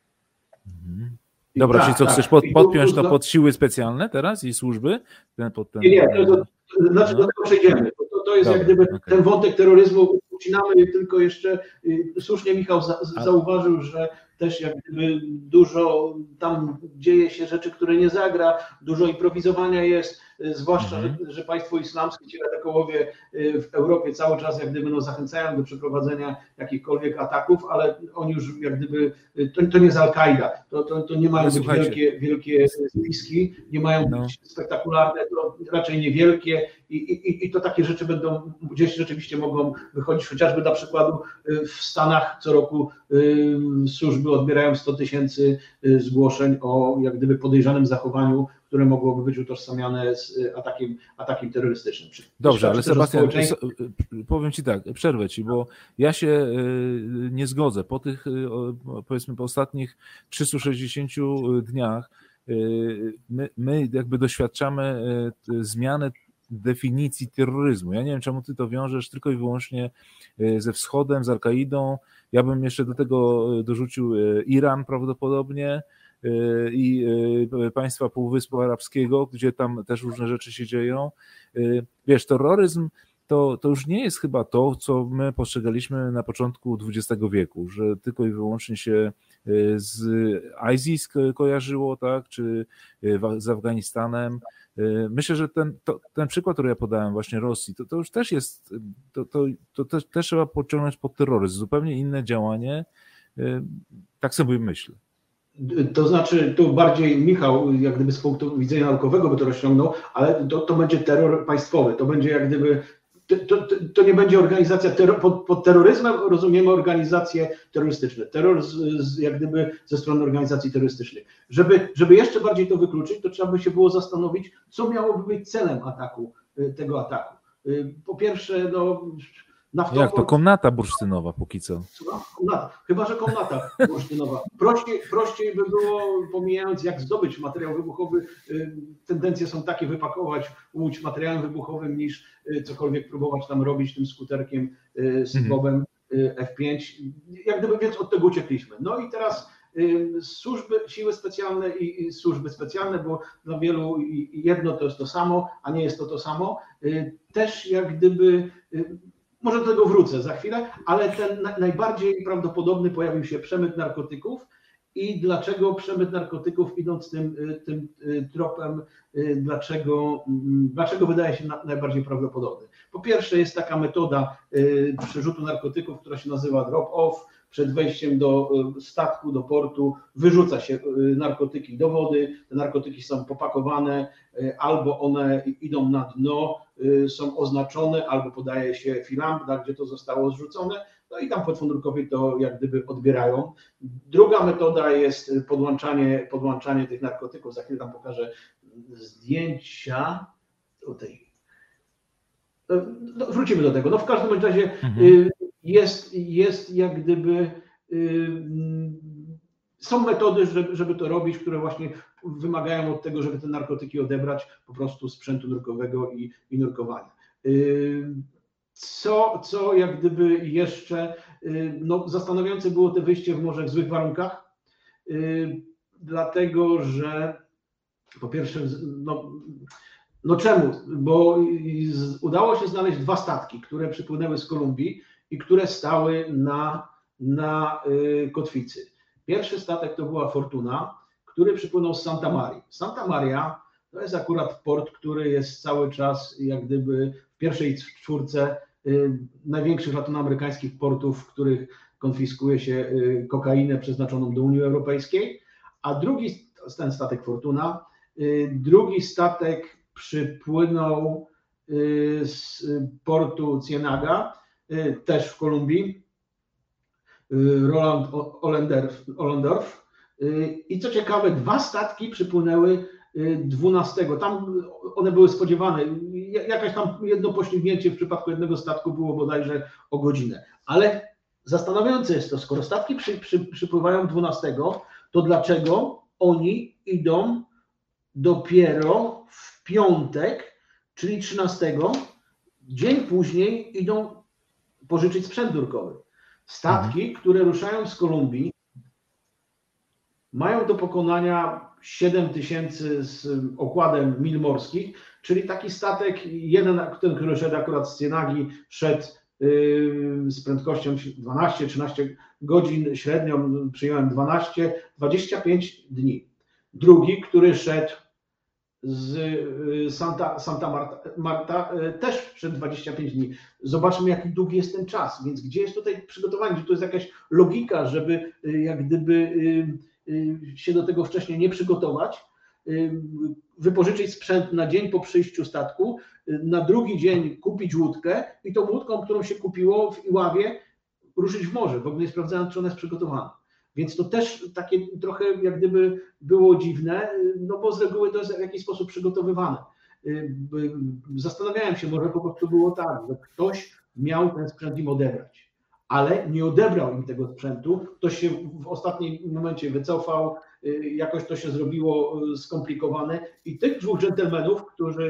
Dobra, czyli co, chcesz podpiąć to pod siły specjalne teraz i służby? Nie, do tego przejdziemy. To jest jak gdyby ten wątek terroryzmu ucinamy, tylko jeszcze słusznie Michał zauważył, że też jak gdyby dużo tam dzieje się rzeczy, które nie zagra, dużo improwizowania jest, zwłaszcza, że państwo islamskie, ci radykałowie w Europie cały czas jak gdyby zachęcają do przeprowadzenia jakichkolwiek ataków, ale oni już jak gdyby, to nie jest Al-Kaida, to nie mają być wielkie spiski, nie mają być spektakularne, to raczej niewielkie i to takie rzeczy będą, gdzieś rzeczywiście mogą wychodzić, chociażby na przykładu w Stanach co roku służby odbierają 100 000 zgłoszeń o jak gdyby podejrzanym zachowaniu, które mogłoby być utożsamiane z atakiem terrorystycznym. Dobrze, ale Sebastian, powiem Ci tak, przerwę Ci, bo ja się nie zgodzę. Po tych, powiedzmy, po ostatnich 360 dniach my jakby doświadczamy zmiany definicji terroryzmu. Ja nie wiem, czemu Ty to wiążesz tylko i wyłącznie ze Wschodem, z Al-Kaidą. Ja bym jeszcze do tego dorzucił Iran prawdopodobnie i państwa Półwyspu Arabskiego, gdzie tam też różne rzeczy się dzieją. Wiesz, terroryzm to już nie jest chyba to, co my postrzegaliśmy na początku XX wieku, że tylko i wyłącznie się z ISIS kojarzyło, tak, czy z Afganistanem. Myślę, że ten przykład, który ja podałem właśnie Rosji, to już też jest, to też trzeba podciągnąć pod terroryzm, zupełnie inne działanie, tak sobie myślę. To znaczy, tu bardziej Michał, jak gdyby z punktu widzenia naukowego by to rozciągnął, ale to będzie terror państwowy, to będzie jak gdyby, to nie będzie organizacja, pod terroryzmem rozumiemy organizacje terrorystyczne, terror jak gdyby ze strony organizacji terrorystycznych. Żeby jeszcze bardziej to wykluczyć, to trzeba by się było zastanowić, co miałoby być celem tego ataku. Po pierwsze, naftową... Jak to komnata bursztynowa póki co? Chyba że komnata bursztynowa. Prościej by było, pomijając jak zdobyć materiał wybuchowy, tendencje są takie, wypakować łódź materiałem wybuchowym, niż cokolwiek próbować tam robić tym skuterkiem z Bobem F5. Jak gdyby, więc od tego uciekliśmy. No i teraz służby, siły specjalne i służby specjalne, bo dla wielu jedno to jest to samo, a nie jest to samo. Też jak gdyby... Może do tego wrócę za chwilę, ale ten najbardziej prawdopodobny pojawił się przemyt narkotyków. I dlaczego przemyt narkotyków, idąc tym tropem, dlaczego wydaje się najbardziej prawdopodobny? Po pierwsze jest taka metoda przerzutu narkotyków, która się nazywa drop-off. Przed wejściem do statku, do portu wyrzuca się narkotyki do wody, te narkotyki są popakowane, albo one idą na dno, są oznaczone, albo podaje się filamp, gdzie to zostało zrzucone, no i tam podwodnikowie to jak gdyby odbierają. Druga metoda jest podłączanie tych narkotyków, za chwilę tam pokażę zdjęcia, tutaj. No, wrócimy do tego. No w każdym razie jest jak gdyby, są metody, żeby to robić, które właśnie wymagają od tego, żeby te narkotyki odebrać, po prostu sprzętu nurkowego i nurkowania. Co jak gdyby jeszcze, zastanawiające było to wyjście w morze w złych warunkach, dlatego że po pierwsze, czemu? Bo udało się znaleźć 2 statki, które przypłynęły z Kolumbii i które stały na kotwicy. Pierwszy statek to była Fortuna, który przypłynął z Santa Marii. Santa Maria to jest akurat port, który jest cały czas jak gdyby w pierwszej czwórce największych latynoamerykańskich portów, w których konfiskuje się kokainę przeznaczoną do Unii Europejskiej, a drugi, ten statek Fortuna, drugi statek przypłynął z portu Cienaga, też w Kolumbii, Roland Ollendorf. I co ciekawe, 2 statki przypłynęły 12. Tam one były spodziewane. Jakaś tam jedno poślizgnięcie w przypadku jednego statku było bodajże o godzinę. Ale zastanawiające jest to, skoro statki przypływają 12, to dlaczego oni idą dopiero w piątek, czyli 13, dzień później idą pożyczyć sprzęt nurkowy. Statki, które ruszają z Kolumbii, mają do pokonania 7000 z okładem mil morskich, czyli taki statek, ten, który szedł akurat z Cienagi, szedł z prędkością 12-13 godzin, średnią przyjąłem 25 dni. Drugi, który szedł z Santa Marta, też szedł 25 dni. Zobaczmy, jaki długi jest ten czas, więc gdzie jest tutaj przygotowanie, gdzie to jest jakaś logika, żeby jak gdyby się do tego wcześniej nie przygotować, wypożyczyć sprzęt na dzień po przyjściu statku, na drugi dzień kupić łódkę i tą łódką, którą się kupiło w Iławie, ruszyć w morze, w ogóle nie sprawdzając, czy ona jest przygotowana. Więc to też takie trochę jak gdyby było dziwne, no bo z reguły to jest w jakiś sposób przygotowywane. Zastanawiałem się, może po prostu było tak, że ktoś miał ten sprzęt im odebrać, ale nie odebrał im tego sprzętu, ktoś się w ostatnim momencie wycofał, jakoś to się zrobiło skomplikowane i tych 2 dżentelmenów,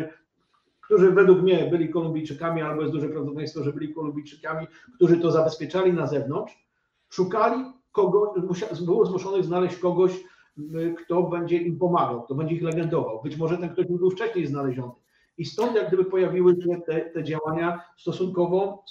którzy według mnie byli Kolumbijczykami, albo jest duże prawdopodobieństwo, że byli Kolumbijczykami, którzy to zabezpieczali na zewnątrz, szukali kogoś, było zmuszonych znaleźć kogoś, kto będzie im pomagał, kto będzie ich legendował. Być może ten ktoś był wcześniej znaleziony. I stąd jak gdyby pojawiły się te działania stosunkowo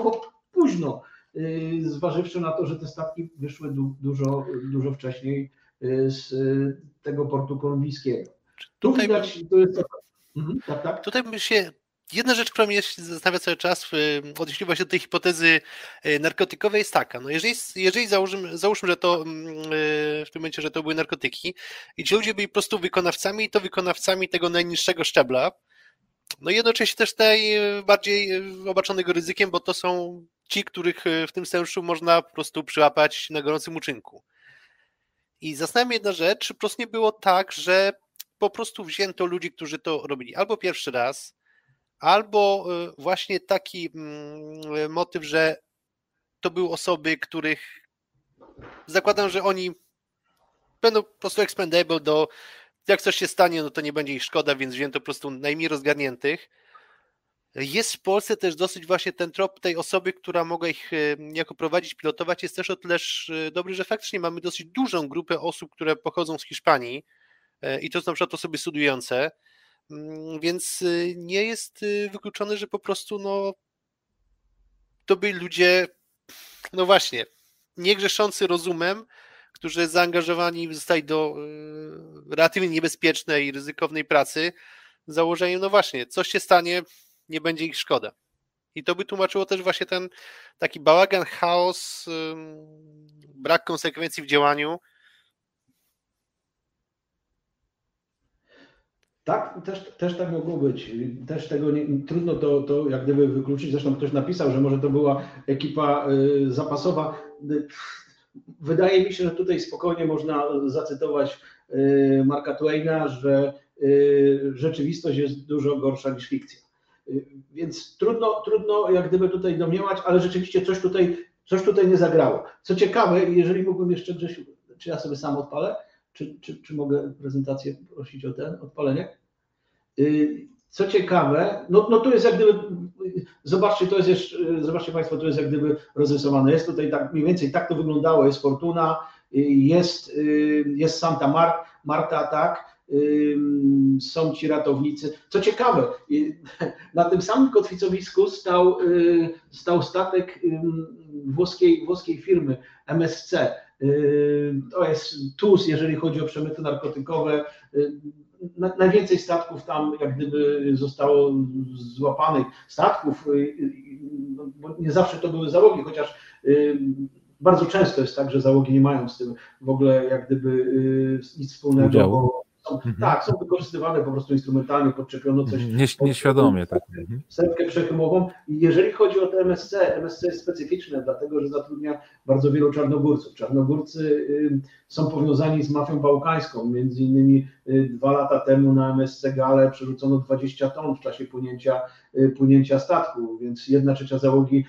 późno, zważywszy na to, że te statki wyszły dużo wcześniej z tego portu kolumbijskiego. Tu widać, to jest tak. Tutaj jedna rzecz, która mnie zastanawia cały czas w odniesieniu właśnie do tej hipotezy narkotykowej jest taka, no jeżeli załóżmy, że to w tym momencie, że to były narkotyki i ci ludzie byli po prostu wykonawcami i to wykonawcami tego najniższego szczebla, no jednocześnie też najbardziej obarczonego ryzykiem, bo to są ci, których w tym scenariuszu można po prostu przyłapać na gorącym uczynku. I zastanawiam się jedna rzecz, czy po prostu nie było tak, że po prostu wzięto ludzi, którzy to robili albo pierwszy raz, albo właśnie taki motyw, że to były osoby, których zakładam, że oni będą po prostu expendable jak coś się stanie, no to nie będzie ich szkoda, więc wzięto po prostu najmniej rozgarniętych. Jest w Polsce też dosyć właśnie ten trop tej osoby, która mogła ich niejako prowadzić, pilotować, jest też o tyleż dobry, że faktycznie mamy dosyć dużą grupę osób, które pochodzą z Hiszpanii i to są na przykład osoby studiujące, więc nie jest wykluczone, że po prostu to byli ludzie, no właśnie, nie grzeszący rozumem, którzy zaangażowani zostali do relatywnie niebezpiecznej i ryzykownej pracy z założeniem, no właśnie, coś się stanie, nie będzie ich szkoda. I to by tłumaczyło też właśnie ten taki bałagan, chaos, brak konsekwencji w działaniu. Tak, też tak mogło być. Też tego trudno to jak gdyby wykluczyć. Zresztą ktoś napisał, że może to była ekipa zapasowa. Wydaje mi się, że tutaj spokojnie można zacytować Marka Twaina, że rzeczywistość jest dużo gorsza niż fikcja. Więc trudno jak gdyby tutaj domniemać, ale rzeczywiście coś tutaj nie zagrało. Co ciekawe, jeżeli mógłbym jeszcze, Grzesiu, czy ja sobie sam odpalę? Czy mogę prezentację prosić o odpalenie? Co ciekawe, no tu jest jak gdyby, zobaczcie Państwo, to jest jak gdyby rozrysowane. Jest tutaj tak, mniej więcej tak to wyglądało, jest Fortuna, jest Santa Marta, tak, są ci ratownicy. Co ciekawe, na tym samym kotwicowisku stał statek włoskiej firmy MSC. To jest TUS, jeżeli chodzi o przemyty narkotykowe. Najwięcej statków tam jak gdyby zostało złapanych. Statków, bo nie zawsze to były załogi, chociaż bardzo często jest tak, że załogi nie mają z tym w ogóle jak gdyby nic wspólnego, bo tak, są wykorzystywane po prostu instrumentalnie, podczepione coś. Nieświadomie, tak. Setkę przechymową. I jeżeli chodzi o te MSC jest specyficzne, dlatego że zatrudnia bardzo wielu Czarnogórców. Czarnogórcy są powiązani z mafią bałkańską. Między innymi 2 lata temu na MSC Gale przerzucono 20 ton w czasie płynięcia statku, więc 1/3 załogi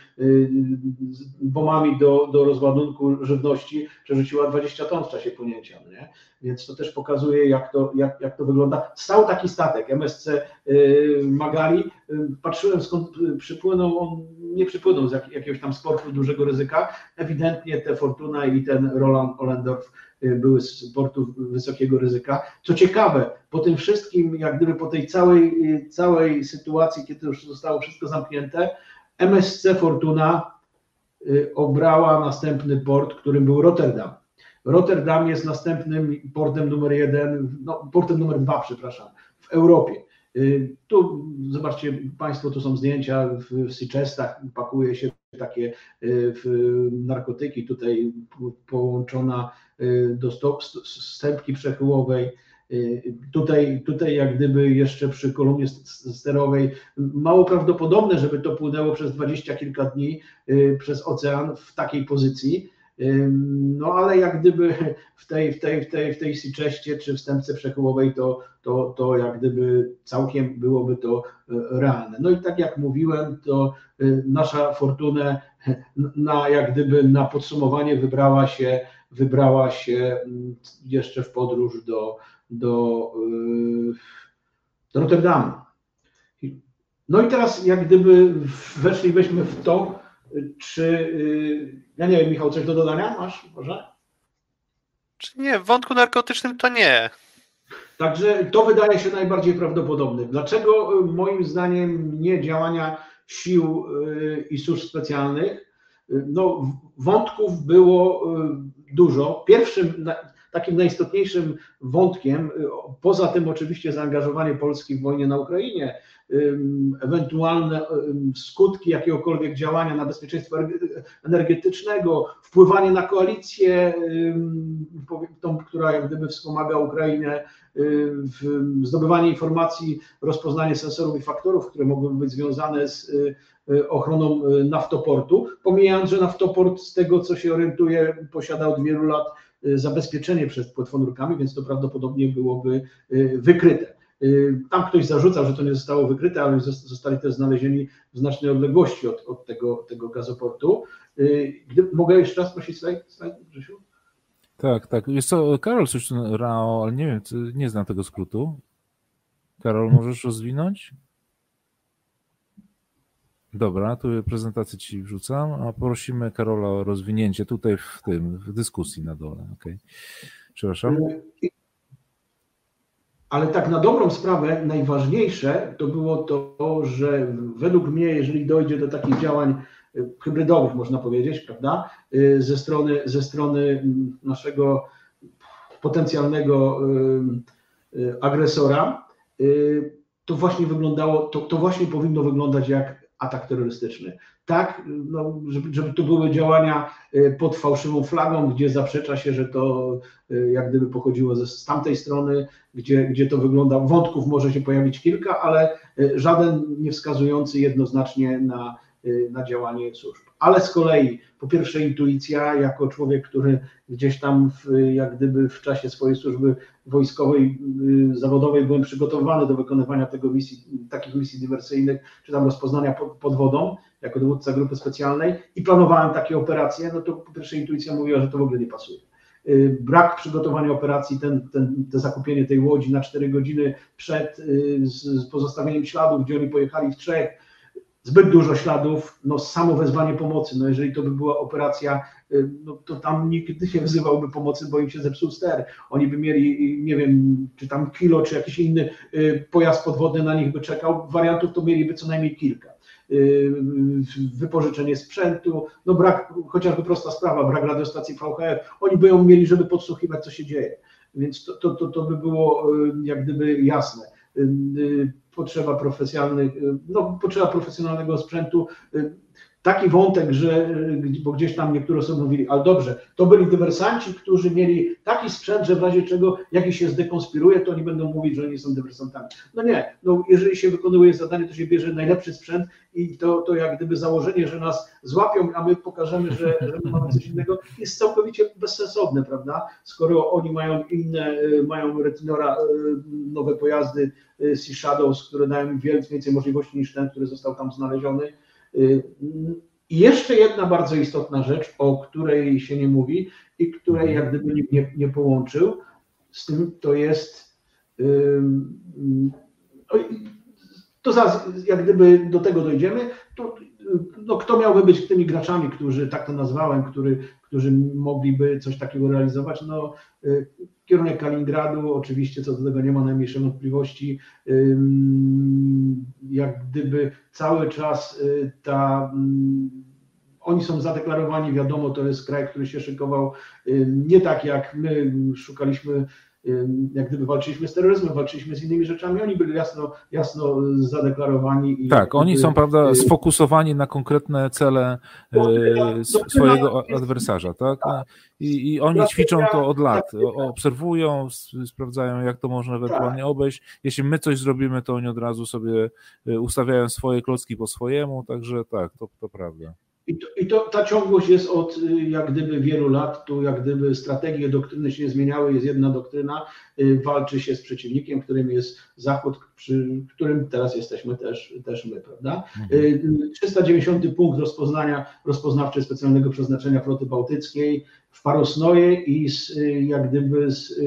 bombami do rozładunku żywności przerzuciła 20 ton w czasie płynięcia. Nie? Więc to też pokazuje, jak to wygląda. Stał taki statek MSC Magali. Patrzyłem, skąd przypłynął. On nie przypłynął z jakiegoś tam sportu dużego ryzyka. Ewidentnie te Fortuna i ten Roland Ollendorf były z portu wysokiego ryzyka. Co ciekawe, po tym wszystkim, jak gdyby po tej całej sytuacji, kiedy już zostało wszystko zamknięte, MSC Fortuna obrała następny port, którym był Rotterdam. Rotterdam jest następnym portem portem numer 2, przepraszam, w Europie. Tu zobaczcie Państwo, tu są zdjęcia w Seachestach, pakuje się takie narkotyki, tutaj połączona do stępki przechyłowej. Tutaj jak gdyby jeszcze przy kolumnie sterowej, mało prawdopodobne, żeby to płynęło przez 20 kilka dni przez ocean w takiej pozycji. No ale jak gdyby w tej Seachestie czy w stępce przechyłowej to jak gdyby całkiem byłoby to realne. No i tak jak mówiłem, to nasza Fortuna jak gdyby na podsumowanie wybrała się jeszcze w podróż do Rotterdamu. No i teraz jak gdyby weszlibyśmy w to, czy, ja nie wiem, Michał, coś do dodania masz może? Czy nie, w wątku narkotycznym to nie. Także to wydaje się najbardziej prawdopodobne. Dlaczego moim zdaniem nie działania sił i służb specjalnych? No, wątków było dużo. Pierwszym, takim najistotniejszym wątkiem, poza tym oczywiście zaangażowanie Polski w wojnie na Ukrainie, ewentualne skutki jakiegokolwiek działania na bezpieczeństwo energetycznego, wpływanie na koalicję, tą, która jak gdyby wspomaga Ukrainę, zdobywanie informacji, rozpoznanie sensorów i faktorów, które mogłyby być związane z ochroną naftoportu, pomijając, że naftoport z tego, co się orientuje, posiada od wielu lat zabezpieczenie przed płetwonurkami, więc to prawdopodobnie byłoby wykryte. Tam ktoś zarzucał, że to nie zostało wykryte, ale zostali też znalezieni w znacznej odległości od tego gazoportu. Mogę jeszcze raz prosić slajd, Grzesiu? Tak. Jest to Karol coś RAO, ale nie wiem, nie znam tego skrótu. Karol, możesz rozwinąć? Dobra, tu prezentację Ci wrzucam, a prosimy Karola o rozwinięcie tutaj w dyskusji na dole. Okay. Przepraszam. Ale tak na dobrą sprawę najważniejsze to było to, że według mnie, jeżeli dojdzie do takich działań hybrydowych, można powiedzieć, prawda, ze strony naszego potencjalnego agresora, to właśnie powinno wyglądać jak atak terrorystyczny. Tak, no, żeby to były działania pod fałszywą flagą, gdzie zaprzecza się, że to jak gdyby pochodziło z tamtej strony, gdzie to wygląda, wątków może się pojawić kilka, ale żaden nie wskazujący jednoznacznie na działanie służb. Ale z kolei, po pierwsze intuicja, jako człowiek, który gdzieś tam jak gdyby w czasie swojej służby wojskowej, zawodowej byłem przygotowywany do wykonywania takich misji dywersyjnych, czy tam rozpoznania pod wodą, jako dowódca grupy specjalnej i planowałem takie operacje, no to po pierwsze intuicja mówiła, że to w ogóle nie pasuje. Brak przygotowania operacji, te zakupienie tej łodzi na 4 godziny przed, z pozostawieniem śladów, gdzie oni pojechali w 3, zbyt dużo śladów, no samo wezwanie pomocy, no jeżeli to by była operacja, no to tam nikt nie wzywałby pomocy, bo im się zepsuł ster. Oni by mieli, nie wiem, czy tam kilo, czy jakiś inny pojazd podwodny na nich by czekał, wariantów to mieliby co najmniej kilka. wypożyczenie sprzętu, no brak, chociażby prosta sprawa, brak radiostacji VHF, oni by ją mieli, żeby podsłuchiwać, co się dzieje, więc to by było jak gdyby jasne. Potrzeba profesjonalnego sprzętu. Taki wątek, bo gdzieś tam niektóre osoby mówili, ale dobrze, to byli dywersanci, którzy mieli taki sprzęt, że w razie czego jakiś się zdekonspiruje, to oni będą mówić, że oni są dywersantami. No nie, jeżeli się wykonuje zadanie, to się bierze najlepszy sprzęt i to jak gdyby założenie, że nas złapią, a my pokażemy, że my mamy coś innego, jest całkowicie bezsensowne, prawda? Skoro oni mają Retinora, nowe pojazdy Sea Shadows, które dają więcej możliwości niż ten, który został tam znaleziony. I jeszcze jedna bardzo istotna rzecz, o której się nie mówi i której jak gdyby nikt nie połączył z tym, to jest to zaraz jak gdyby do tego dojdziemy, to kto miałby być tymi graczami, którzy, tak to nazwałem, którzy mogliby coś takiego realizować, kierunek Kaliningradu, oczywiście co do tego nie ma najmniejszej wątpliwości, jak gdyby cały czas oni są zadeklarowani, wiadomo, to jest kraj, który się szykował, nie tak jak my szukaliśmy, jak gdyby walczyliśmy z terroryzmem, walczyliśmy z innymi rzeczami, oni byli jasno zadeklarowani. Tak, oni są, prawda, sfokusowani na konkretne cele swojego adwersarza, tak? I oni ćwiczą to od lat, obserwują, sprawdzają, jak to można ewentualnie obejść. Jeśli my coś zrobimy, to oni od razu sobie ustawiają swoje klocki po swojemu, także tak, to prawda. Ta ciągłość jest od jak gdyby wielu lat, tu jak gdyby strategie, doktryny się nie zmieniały, jest jedna doktryna, walczy się z przeciwnikiem, którym jest Zachód, przy którym teraz jesteśmy też my, prawda? 390 punkt rozpoznawczy specjalnego przeznaczenia floty bałtyckiej w Parosnoje i jak gdyby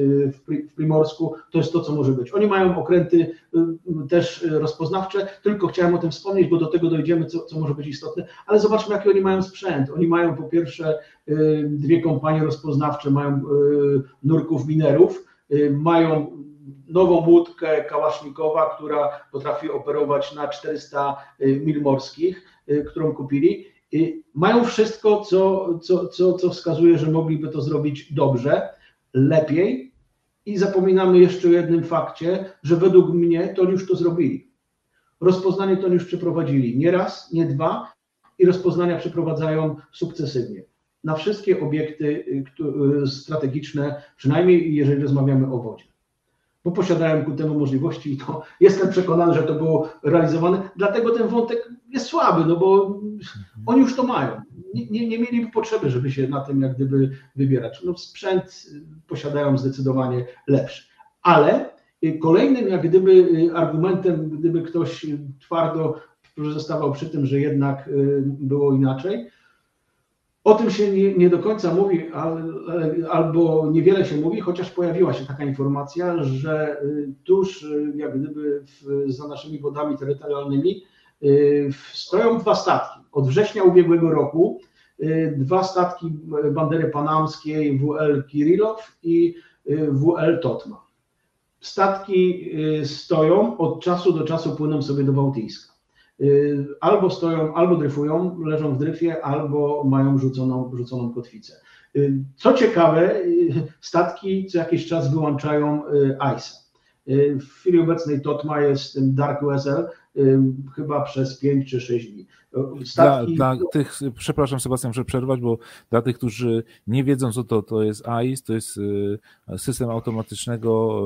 w Primorsku, to jest to, co może być. Oni mają okręty też rozpoznawcze, tylko chciałem o tym wspomnieć, bo do tego dojdziemy, co może być istotne, ale zobaczmy, jaki oni mają sprzęt. Oni mają po pierwsze 2 kompanie rozpoznawcze, mają nurków minerów, mają nową łódkę Kałasznikowa, która potrafi operować na 400 mil morskich, którą kupili. Mają wszystko, co wskazuje, że mogliby to zrobić dobrze, lepiej i zapominamy jeszcze o jednym fakcie, że według mnie to już to zrobili. Rozpoznanie to już przeprowadzili nie raz, nie 2 i rozpoznania przeprowadzają sukcesywnie na wszystkie obiekty strategiczne, przynajmniej jeżeli rozmawiamy o wodzie. Bo posiadają ku temu możliwości i to jestem przekonany, że to było realizowane, dlatego ten wątek jest słaby, bo oni już to mają. Nie mieliby potrzeby, żeby się na tym jak gdyby wybierać. Sprzęt posiadają zdecydowanie lepszy. Ale kolejnym jak gdyby argumentem, gdyby ktoś twardo pozostawał przy tym, że jednak było inaczej, o tym się nie do końca mówi, albo niewiele się mówi, chociaż pojawiła się taka informacja, że tuż jak gdyby za naszymi wodami terytorialnymi stoją 2 statki. Od września ubiegłego roku 2 statki bandery panamskiej WL Kirillow i WL Totma. Statki stoją, od czasu do czasu płyną sobie do Bałtycka. Albo stoją, albo dryfują, leżą w dryfie, albo mają rzuconą kotwicę. Co ciekawe, statki co jakiś czas wyłączają ICE. W chwili obecnej Totma jest tym Dark Vessel chyba przez 5 czy 6 dni. Dla tych, przepraszam Sebastian, muszę przerwać, bo dla tych, którzy nie wiedzą, co to jest ICE, to jest system automatycznego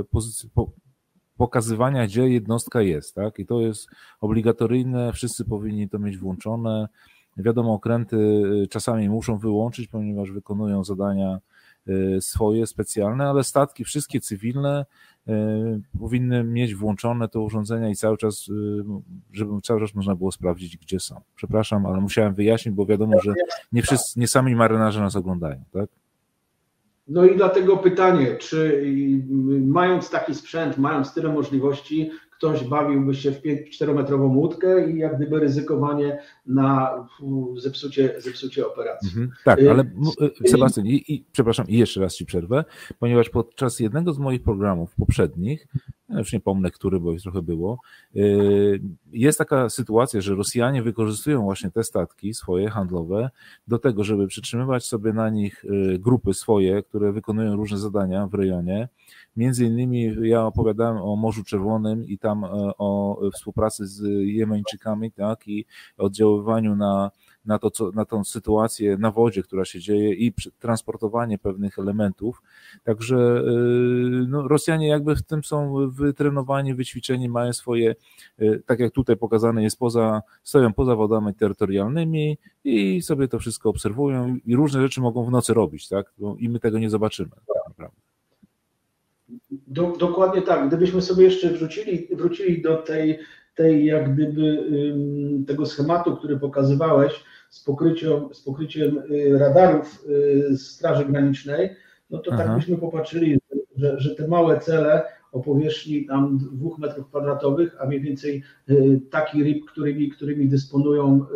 pokazywania, gdzie jednostka jest, tak? I to jest obligatoryjne, wszyscy powinni to mieć włączone. Wiadomo, okręty czasami muszą wyłączyć, ponieważ wykonują zadania swoje, specjalne, ale statki, wszystkie cywilne powinny mieć włączone te urządzenia i cały czas, żeby cały czas można było sprawdzić, gdzie są. Przepraszam, ale musiałem wyjaśnić, bo wiadomo, że nie sami marynarze nas oglądają, tak? No i dlatego pytanie, czy mając taki sprzęt, mając tyle możliwości, ktoś bawiłby się w 4-metrową łódkę i jak gdyby ryzykowanie na zepsucie operacji. Tak, ale Sebastian, przepraszam, i jeszcze raz Ci przerwę, ponieważ podczas jednego z moich programów poprzednich ja już nie pomnę, który, bo ich trochę było. Jest taka sytuacja, że Rosjanie wykorzystują właśnie te statki swoje handlowe do tego, żeby przytrzymywać sobie na nich grupy swoje, które wykonują różne zadania w rejonie. Między innymi ja opowiadałem o Morzu Czerwonym i tam o współpracy z Jemeńczykami, tak, i oddziaływaniu na tą sytuację na wodzie, która się dzieje i transportowanie pewnych elementów. Także no, Rosjanie jakby w tym są wytrenowani, wyćwiczeni, mają swoje, tak jak tutaj pokazane jest, stoją poza wodami terytorialnymi i sobie to wszystko obserwują i różne rzeczy mogą w nocy robić, tak? I my tego nie zobaczymy tak naprawdę. Dokładnie tak. Gdybyśmy sobie jeszcze wrócili do tej jak gdyby tego schematu, który pokazywałeś z pokryciem radarów Straży Granicznej, no to tak byśmy popatrzyli, że te małe cele o powierzchni tam 2 metrów kwadratowych, a mniej więcej taki RIB, którymi dysponują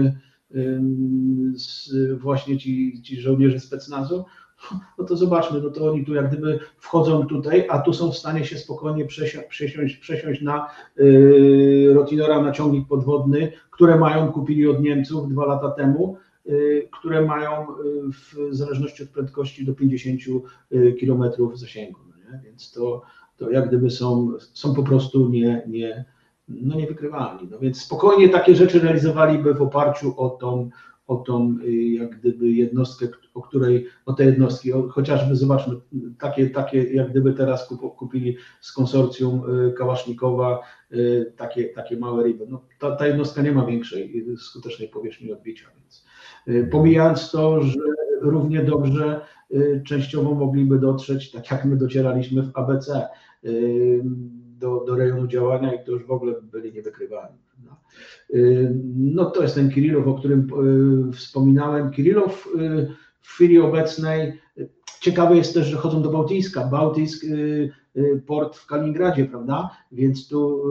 właśnie ci żołnierze specnazu, no to zobaczmy, no to oni tu jak gdyby wchodzą tutaj, a tu są w stanie się spokojnie przesiąść na Rotinora, na ciągnik podwodny, które kupili od Niemców 2 lata temu, które mają w zależności od prędkości do 50 km zasięgu, nie? Więc to jak gdyby są po prostu niewykrywalni. No więc spokojnie takie rzeczy realizowaliby w oparciu o tą jak gdyby jednostkę, te jednostki, chociażby zobaczmy, takie jak gdyby teraz kupili z konsorcjum Kałasznikowa takie małe ryby. No, ta jednostka nie ma większej skutecznej powierzchni odbicia, więc pomijając to, że równie dobrze częściowo mogliby dotrzeć, tak jak my docieraliśmy w ABC, do rejonu działania i to już w ogóle byli niewykrywalni. No to jest ten Kirillow, o którym wspominałem. Kirillow w chwili obecnej, ciekawe jest też, że chodzą do Bałtycka. Bałtyck, port w Kaliningradzie, prawda? Więc tu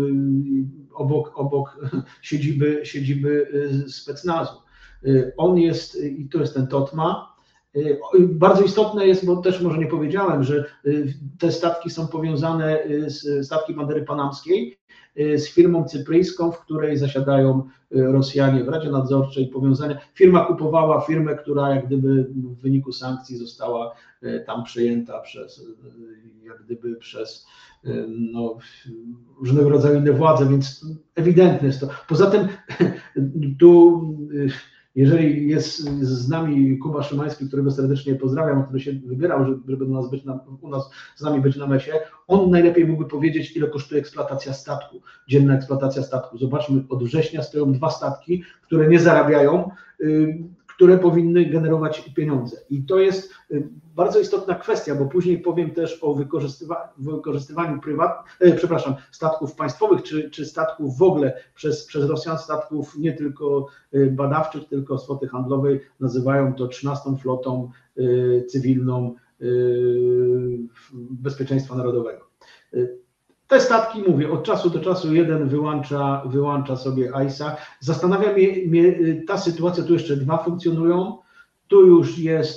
obok siedziby specnazu. On jest, i to jest ten Totma. Bardzo istotne jest, bo też może nie powiedziałem, że te statki są powiązane z statki bandery panamskiej, z firmą cypryjską, w której zasiadają Rosjanie w Radzie Nadzorczej, powiązania. Firma kupowała firmę, która jak gdyby w wyniku sankcji została tam przejęta przez no, różnego rodzaju inne władze, więc ewidentne jest to. Poza tym tu, jeżeli jest z nami Kuba Szymański, którego serdecznie pozdrawiam, który się wybierał, żeby z nami być na mesie, on najlepiej mógłby powiedzieć, ile kosztuje eksploatacja statku, dzienna eksploatacja statku. Zobaczmy, od września stoją 2 statki, które nie zarabiają, które powinny generować pieniądze. I to jest bardzo istotna kwestia, bo później powiem też o wykorzystywaniu statków państwowych, czy statków w ogóle przez Rosjan, statków nie tylko badawczych, tylko z floty handlowej, nazywają to 13. flotą cywilną bezpieczeństwa narodowego. Te statki, mówię, od czasu do czasu jeden wyłącza sobie AIS-a. Zastanawia mnie ta sytuacja, tu jeszcze 2 funkcjonują, tu już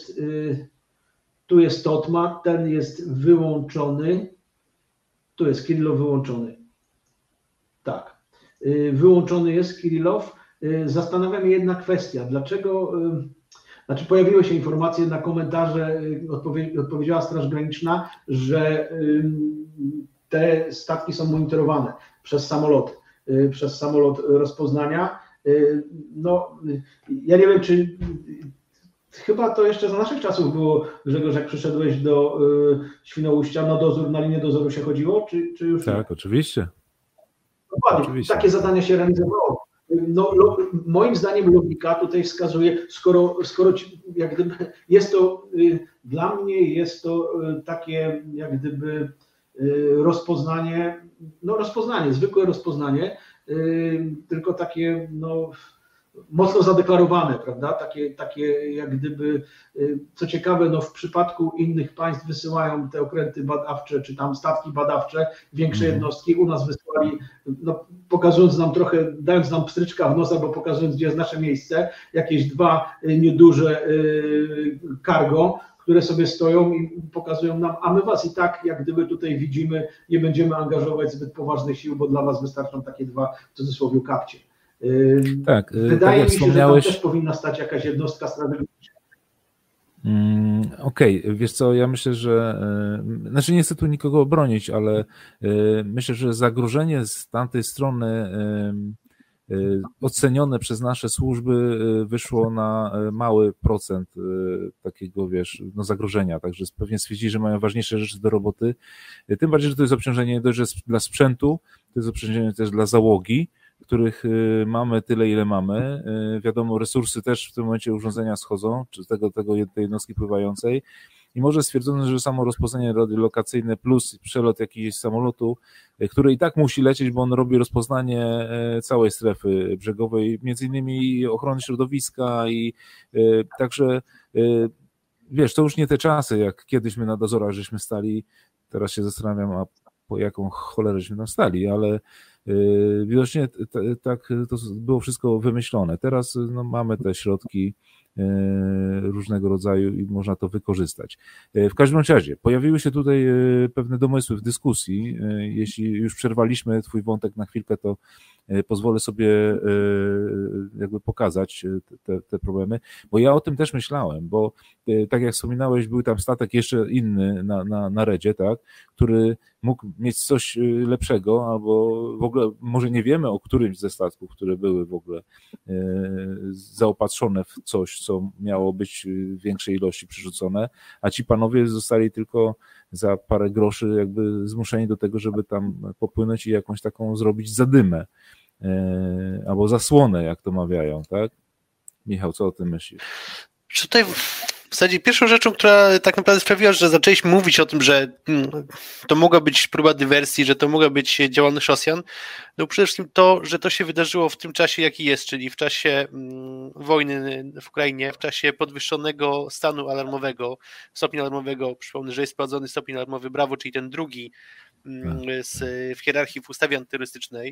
tu jest Totma, ten jest wyłączony, tu jest Kirillow wyłączony. Tak, wyłączony jest Kirillow. Zastanawia mnie jedna kwestia, dlaczego, pojawiły się informacje na komentarze, odpowiedziała Straż Graniczna, że te statki są monitorowane przez samolot rozpoznania. No, ja nie wiem, czy chyba to jeszcze za naszych czasów było, Grzegorz, jak przyszedłeś do Świnoujścia, na linię dozoru się chodziło, czy już? Tak, oczywiście. Dokładnie, oczywiście. Takie zadania się realizowało. No, moim zdaniem logika tutaj wskazuje, skoro jak gdyby jest to, dla mnie jest to takie jak gdyby rozpoznanie, zwykłe rozpoznanie, tylko takie mocno zadeklarowane, prawda? Takie jak gdyby, co ciekawe, no w przypadku innych państw wysyłają te okręty badawcze, czy tam statki badawcze, większe jednostki, u nas wysłali, pokazując nam trochę, dając nam pstryczka w nos, albo pokazując, gdzie jest nasze miejsce, jakieś 2 nieduże cargo, które sobie stoją i pokazują nam, a my was i tak, jak gdyby tutaj widzimy, nie będziemy angażować zbyt poważnych sił, bo dla was wystarczą takie dwa, w cudzysłowie, kapcie. Tak, Wydaje tak mi się, że tam też powinna stać jakaś jednostka strategiczna. Okej, wiesz co, ja myślę, że, znaczy nie chcę tu nikogo obronić, ale myślę, że zagrożenie z tamtej strony ocenione przez nasze służby wyszło na mały procent takiego, wiesz, no zagrożenia, także pewnie stwierdzili, że mają ważniejsze rzeczy do roboty, tym bardziej, że to jest obciążenie nie dość, że dla sprzętu, to jest obciążenie też dla załogi, których mamy tyle, ile mamy. Wiadomo, resursy też w tym momencie urządzenia schodzą, czy tej jednostki pływającej. I może stwierdzono, że samo rozpoznanie radiolokacyjne plus przelot jakiegoś samolotu, który i tak musi lecieć, bo on robi rozpoznanie całej strefy brzegowej, między innymi ochrony środowiska i także, wiesz, to już nie te czasy, jak kiedyś my na dozorach żeśmy stali, teraz się zastanawiam, a po jaką cholerę żeśmy tam stali, ale widocznie tak to było wszystko wymyślone. Teraz no, mamy te środki różnego rodzaju i można to wykorzystać. W każdym razie pojawiły się tutaj pewne domysły w dyskusji. Jeśli już przerwaliśmy twój wątek na chwilkę, to pozwolę sobie jakby pokazać te problemy, bo ja o tym też myślałem, bo tak jak wspominałeś, był tam statek jeszcze inny na Redzie, tak, który mógł mieć coś lepszego, albo w ogóle może nie wiemy o którymś ze statków, które były w ogóle zaopatrzone w coś, co miało być w większej ilości przerzucone, a ci panowie zostali tylko za parę groszy jakby zmuszeni do tego, żeby tam popłynąć i jakąś taką zrobić zadymę albo zasłonę, jak to mawiają, tak? Michał, co o tym myślisz? Tutaj w zasadzie pierwszą rzeczą, która tak naprawdę sprawiła, że zaczęliśmy mówić o tym, że to mogła być próba dywersji, że to mogła być działalność Rosjan, no przede wszystkim to, że to się wydarzyło w tym czasie, jaki jest, czyli w czasie wojny w Ukrainie, w czasie podwyższonego stanu alarmowego, stopnia alarmowego, przypomnę, że jest wprowadzony stopień alarmowy Brawo, czyli ten drugi w hierarchii w ustawie antyterrorystycznej.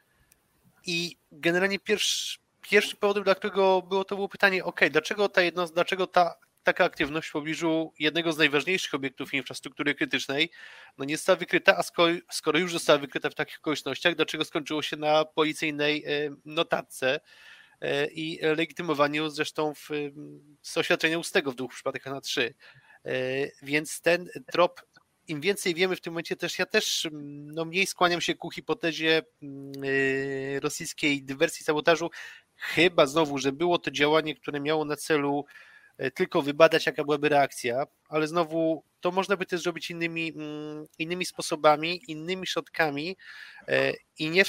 I generalnie pierwszym powodem, dla którego było pytanie, dlaczego taka aktywność w pobliżu jednego z najważniejszych obiektów infrastruktury krytycznej nie została wykryta, a skoro już została wykryta w takich okolicznościach, dlaczego skończyło się na policyjnej notatce i legitymowaniu zresztą z oświadczenia ustnego w 2 przypadkach na 3. Więc ten trop, im więcej wiemy w tym momencie ja też mniej skłaniam się ku hipotezie rosyjskiej dywersji, sabotażu, chyba znowu, że było to działanie, które miało na celu tylko wybadać, jaka byłaby reakcja, ale znowu to można by też zrobić innymi sposobami, innymi środkami i nie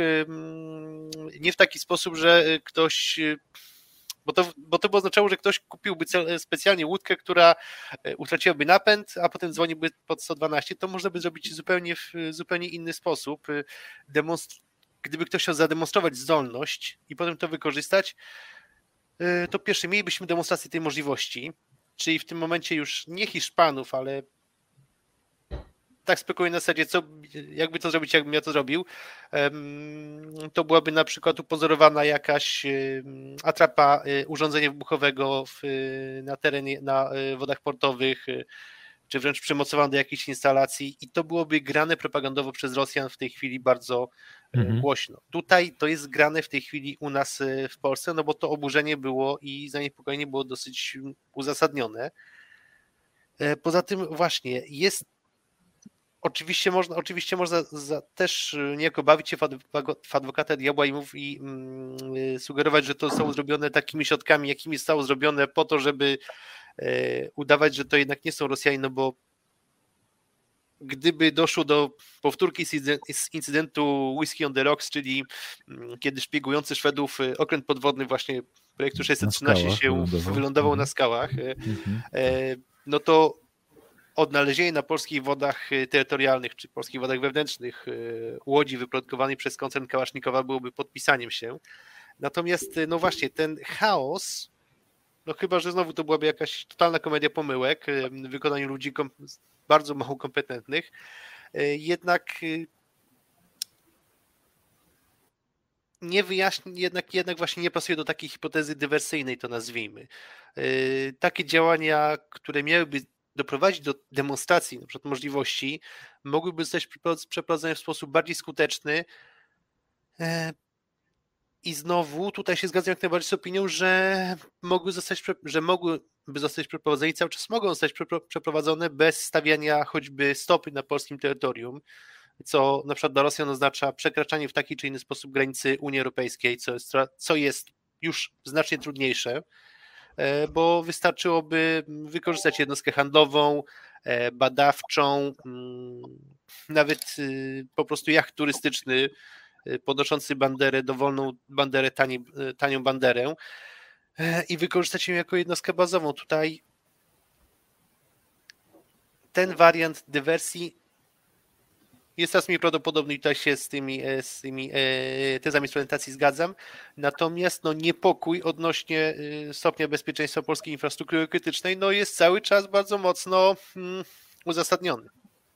w taki sposób, że ktoś, bo to by oznaczało, że ktoś kupiłby specjalnie łódkę, która utraciłaby napęd, a potem dzwoniłby pod 112. To można by zrobić w zupełnie inny sposób. Gdyby ktoś chciał zademonstrować zdolność i potem to wykorzystać, to pierwsze, mielibyśmy demonstrację tej możliwości, czyli w tym momencie już nie Hiszpanów, ale tak spokojnie na zasadzie, jakby to zrobić, jakbym ja to zrobił, to byłaby na przykład upozorowana jakaś atrapa urządzenia wybuchowego na terenie, na wodach portowych, czy wręcz przymocowane do jakiejś instalacji i to byłoby grane propagandowo przez Rosjan w tej chwili bardzo głośno. Tutaj to jest grane w tej chwili u nas w Polsce, no bo to oburzenie było i zaniepokojenie było dosyć uzasadnione. Poza tym właśnie jest Oczywiście można też niejako bawić się w adwokata diabła i sugerować, że to są zrobione takimi środkami, jakimi zostało zrobione po to, żeby udawać, że to jednak nie są Rosjanie, no bo gdyby doszło do powtórki z incydentu Whiskey on the Rocks, czyli kiedy szpiegujący Szwedów okręt podwodny właśnie projektu 613 się wylądował na skałach, no to odnalezienie na polskich wodach terytorialnych czy polskich wodach wewnętrznych łodzi wyprodukowanej przez koncern Kałasznikowa byłoby podpisaniem się. Natomiast no właśnie ten chaos, no chyba, że znowu to byłaby jakaś totalna komedia pomyłek w wykonaniu ludzi bardzo mało kompetentnych, jednak nie wyjaśni, jednak właśnie nie pasuje do takiej hipotezy dywersyjnej, to nazwijmy. Takie działania, które miałyby doprowadzić do demonstracji, na przykład możliwości, mogłyby zostać przeprowadzone w sposób bardziej skuteczny. I znowu tutaj się zgadzam jak najbardziej z opinią, że mogłyby zostać przeprowadzone i cały czas mogą zostać przeprowadzone bez stawiania choćby stopy na polskim terytorium, co na przykład dla Rosjan oznacza przekraczanie w taki czy inny sposób granicy Unii Europejskiej, co jest już znacznie trudniejsze, bo wystarczyłoby wykorzystać jednostkę handlową, badawczą, nawet po prostu jacht turystyczny podnoszący banderę, dowolną banderę, tanią banderę i wykorzystać ją jako jednostkę bazową. Tutaj ten wariant dywersji jest coraz mniej prawdopodobny i tutaj się z tymi tezami implementacji zgadzam. Natomiast niepokój odnośnie stopnia bezpieczeństwa polskiej infrastruktury krytycznej jest cały czas bardzo mocno uzasadniony.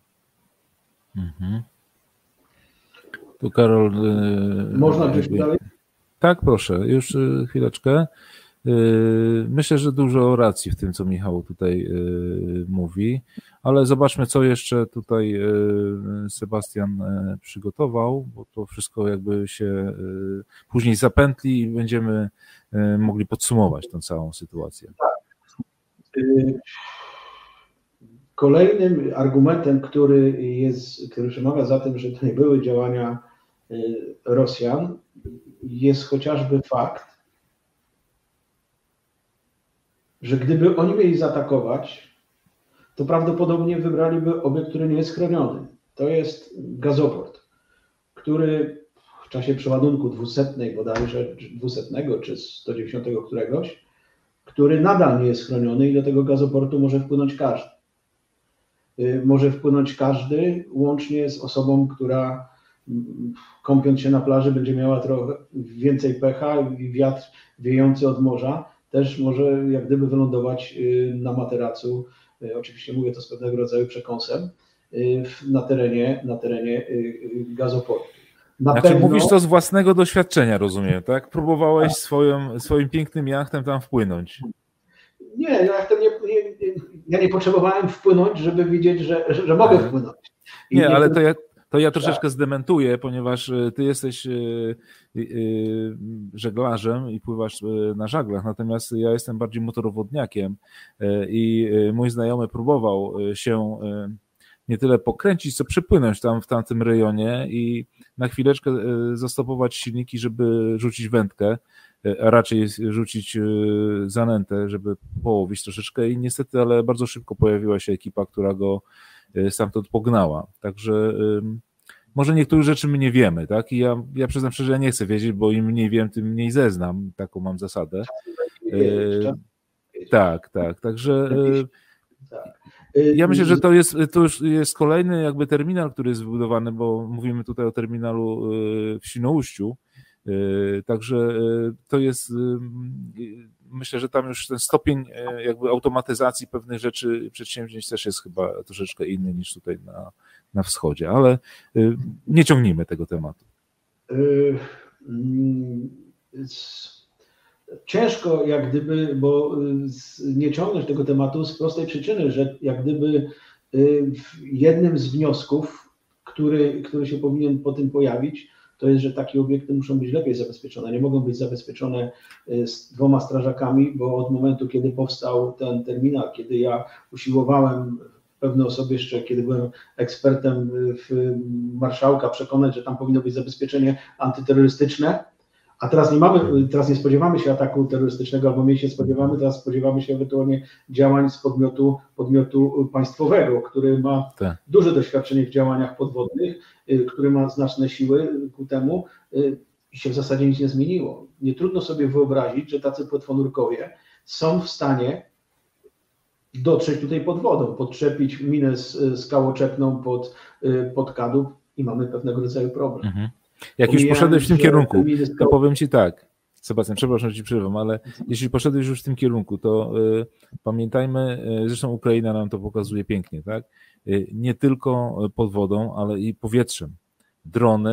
Mhm. Tu Karol... Można gdzieś dalej? Tak, proszę, już chwileczkę. Myślę, że dużo racji w tym, co Michał tutaj mówi, ale zobaczmy, co jeszcze tutaj Sebastian przygotował, bo to wszystko jakby się później zapętli i będziemy mogli podsumować tę całą sytuację. Tak. Kolejnym argumentem, który przemawia za tym, że to nie były działania Rosjan, jest chociażby fakt, że gdyby oni mieli zaatakować, to prawdopodobnie wybraliby obiekt, który nie jest chroniony. To jest gazoport, który w czasie przeładunku 200 bodajże, 200 czy 190 któregoś, który nadal nie jest chroniony i do tego gazoportu może wpłynąć każdy. Może wpłynąć każdy, łącznie z osobą, która kąpiąc się na plaży będzie miała trochę więcej pecha i wiatr wiejący od morza też może jak gdyby wylądować na materacu, oczywiście mówię to z pewnego rodzaju przekąsem, na terenie gazoportu. Mówisz to z własnego doświadczenia, rozumiem, tak? Próbowałeś swoim pięknym jachtem tam wpłynąć. Nie, ja nie potrzebowałem wpłynąć, żeby widzieć, że mogę wpłynąć. Nie, ale to ja troszeczkę zdementuję, ponieważ ty jesteś żeglarzem i pływasz na żaglach, natomiast ja jestem bardziej motorowodniakiem i mój znajomy próbował się nie tyle pokręcić, co przypłynąć tam w tamtym rejonie i na chwileczkę zastopować silniki, żeby rzucić wędkę, a raczej rzucić zanętę, żeby połowić troszeczkę i niestety, ale bardzo szybko pojawiła się ekipa, która go stamtąd pognała. Także może niektórych rzeczy my nie wiemy, tak? I ja przyznam szczerze, że ja nie chcę wiedzieć, bo im mniej wiem, tym mniej zeznam. Taką mam zasadę. Tak. Także ja myślę, że to już jest kolejny jakby terminal, który jest wybudowany, bo mówimy tutaj o terminalu w Świnoujściu. Także to jest, myślę, że tam już ten stopień jakby automatyzacji pewnych rzeczy, przedsięwzięć też jest chyba troszeczkę inny niż tutaj na wschodzie, ale nie ciągnijmy tego tematu. Ciężko jak gdyby, bo nie ciągnąć tego tematu z prostej przyczyny, że jak gdyby jednym z wniosków, który się powinien po tym pojawić, to jest, że takie obiekty muszą być lepiej zabezpieczone. Nie mogą być zabezpieczone z 2 strażakami, bo od momentu, kiedy powstał ten terminal, kiedy ja usiłowałem pewne osoby jeszcze, kiedy byłem ekspertem marszałka, przekonać, że tam powinno być zabezpieczenie antyterrorystyczne, a teraz nie spodziewamy się ataku terrorystycznego, albo mniej się spodziewamy, teraz spodziewamy się ewentualnie działań z podmiotu państwowego, który ma duże doświadczenie w działaniach podwodnych, który ma znaczne siły ku temu i się w zasadzie nic nie zmieniło. Nie trudno sobie wyobrazić, że tacy płetwonurkowie są w stanie dotrzeć tutaj pod wodą, podczepić minę skałoczepną pod kadłub i mamy pewnego rodzaju problem. Mhm. Jak już poszedłeś w tym kierunku, to powiem Ci tak, Sebastian, przepraszam, że Ci przerwam, ale jeśli poszedłeś już w tym kierunku, to pamiętajmy, zresztą Ukraina nam to pokazuje pięknie, tak? Nie tylko pod wodą, ale i powietrzem. Drony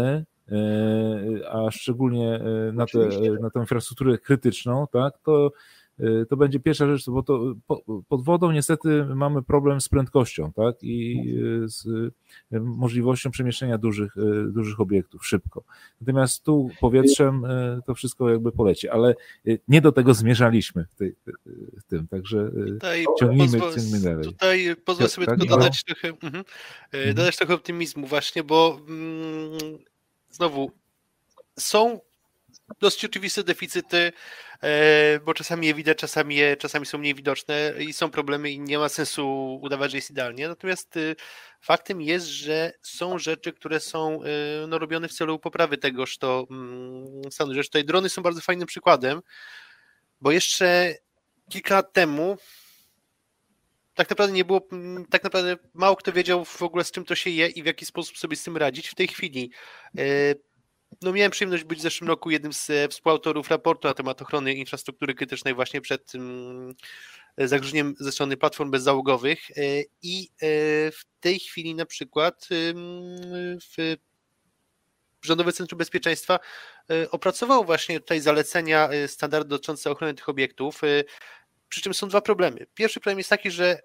a szczególnie na tę infrastrukturę krytyczną, tak, to będzie pierwsza rzecz, bo to pod wodą niestety mamy problem z prędkością, tak, i z możliwością przemieszczenia dużych obiektów szybko. Natomiast tu powietrzem to wszystko jakby poleci, ale nie do tego zmierzaliśmy w tym, także ciągnijmy dalej. Tutaj pozwolę sobie tylko dodać trochę optymizmu właśnie, bo znowu są dosyć oczywiste deficyty, bo czasami je widać, czasami są mniej widoczne i są problemy i nie ma sensu udawać, że jest idealnie. Natomiast faktem jest, że są rzeczy, które są robione w celu poprawy tegoż stanu rzeczy. Tutaj drony są bardzo fajnym przykładem, bo jeszcze kilka lat temu tak naprawdę mało kto wiedział w ogóle, z czym to się je i w jaki sposób sobie z tym radzić. W tej chwili miałem przyjemność być w zeszłym roku jednym z współautorów raportu na temat ochrony infrastruktury krytycznej właśnie przed zagrożeniem ze strony platform bezzałogowych i w tej chwili na przykład Rządowe Centrum Bezpieczeństwa opracowało właśnie tutaj zalecenia, standardy dotyczące ochrony tych obiektów, przy czym są dwa problemy. Pierwszy problem jest taki, że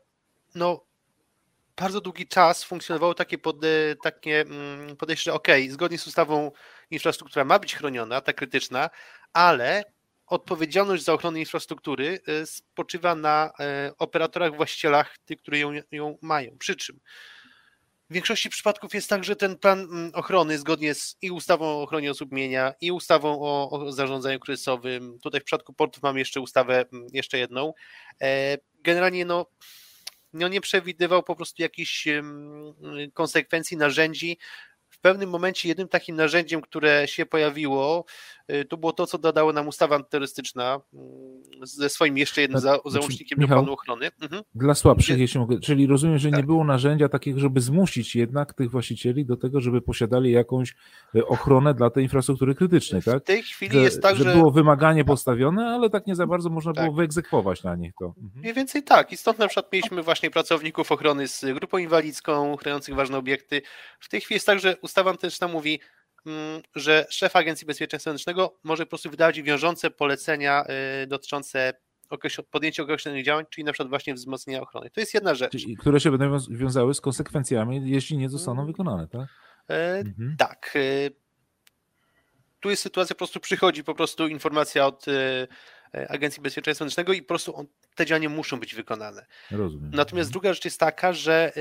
bardzo długi czas funkcjonowało takie podejście, że zgodnie z ustawą infrastruktura ma być chroniona, ta krytyczna, ale odpowiedzialność za ochronę infrastruktury spoczywa na operatorach, właścicielach, tych, którzy ją mają. Przy czym w większości przypadków jest tak, że ten plan ochrony zgodnie z i ustawą o ochronie osób mienia, i ustawą o zarządzaniu kryzysowym, tutaj w przypadku portów mamy jeszcze ustawę, jeszcze jedną, generalnie nie przewidywał po prostu jakichś konsekwencji, narzędzi. W pewnym momencie jedynym takim narzędziem, które się pojawiło, to było to, co dodało nam ustawa antyterrorystyczna ze swoim jeszcze jednym załącznikiem do planu ochrony. Dla słabszych, jeśli mogę. Czyli rozumiem, że nie było narzędzia takiego, żeby zmusić jednak tych właścicieli do tego, żeby posiadali jakąś ochronę dla tej infrastruktury krytycznej, tak? W tej chwili jest tak, że było wymaganie postawione, ale tak nie za bardzo można było wyegzekwować na nich to. Mniej więcej tak. I stąd na przykład mieliśmy właśnie pracowników ochrony z grupą inwalidzką, chroniących ważne obiekty. W tej chwili jest tak, że ustawa antyczna mówi, że szef Agencji Bezpieczeństwa Wewnętrznego może po prostu wydawać wiążące polecenia dotyczące podjęcia określonych działań, czyli na przykład właśnie wzmocnienia ochrony. To jest jedna rzecz. Które się będą wiązały z konsekwencjami, jeśli nie zostaną wykonane, tak? Tak. Tu jest sytuacja, po prostu przychodzi informacja od Agencji Bezpieczeństwa Wewnętrznego i po prostu te działania muszą być wykonane. Rozumiem. Natomiast druga rzecz jest taka, że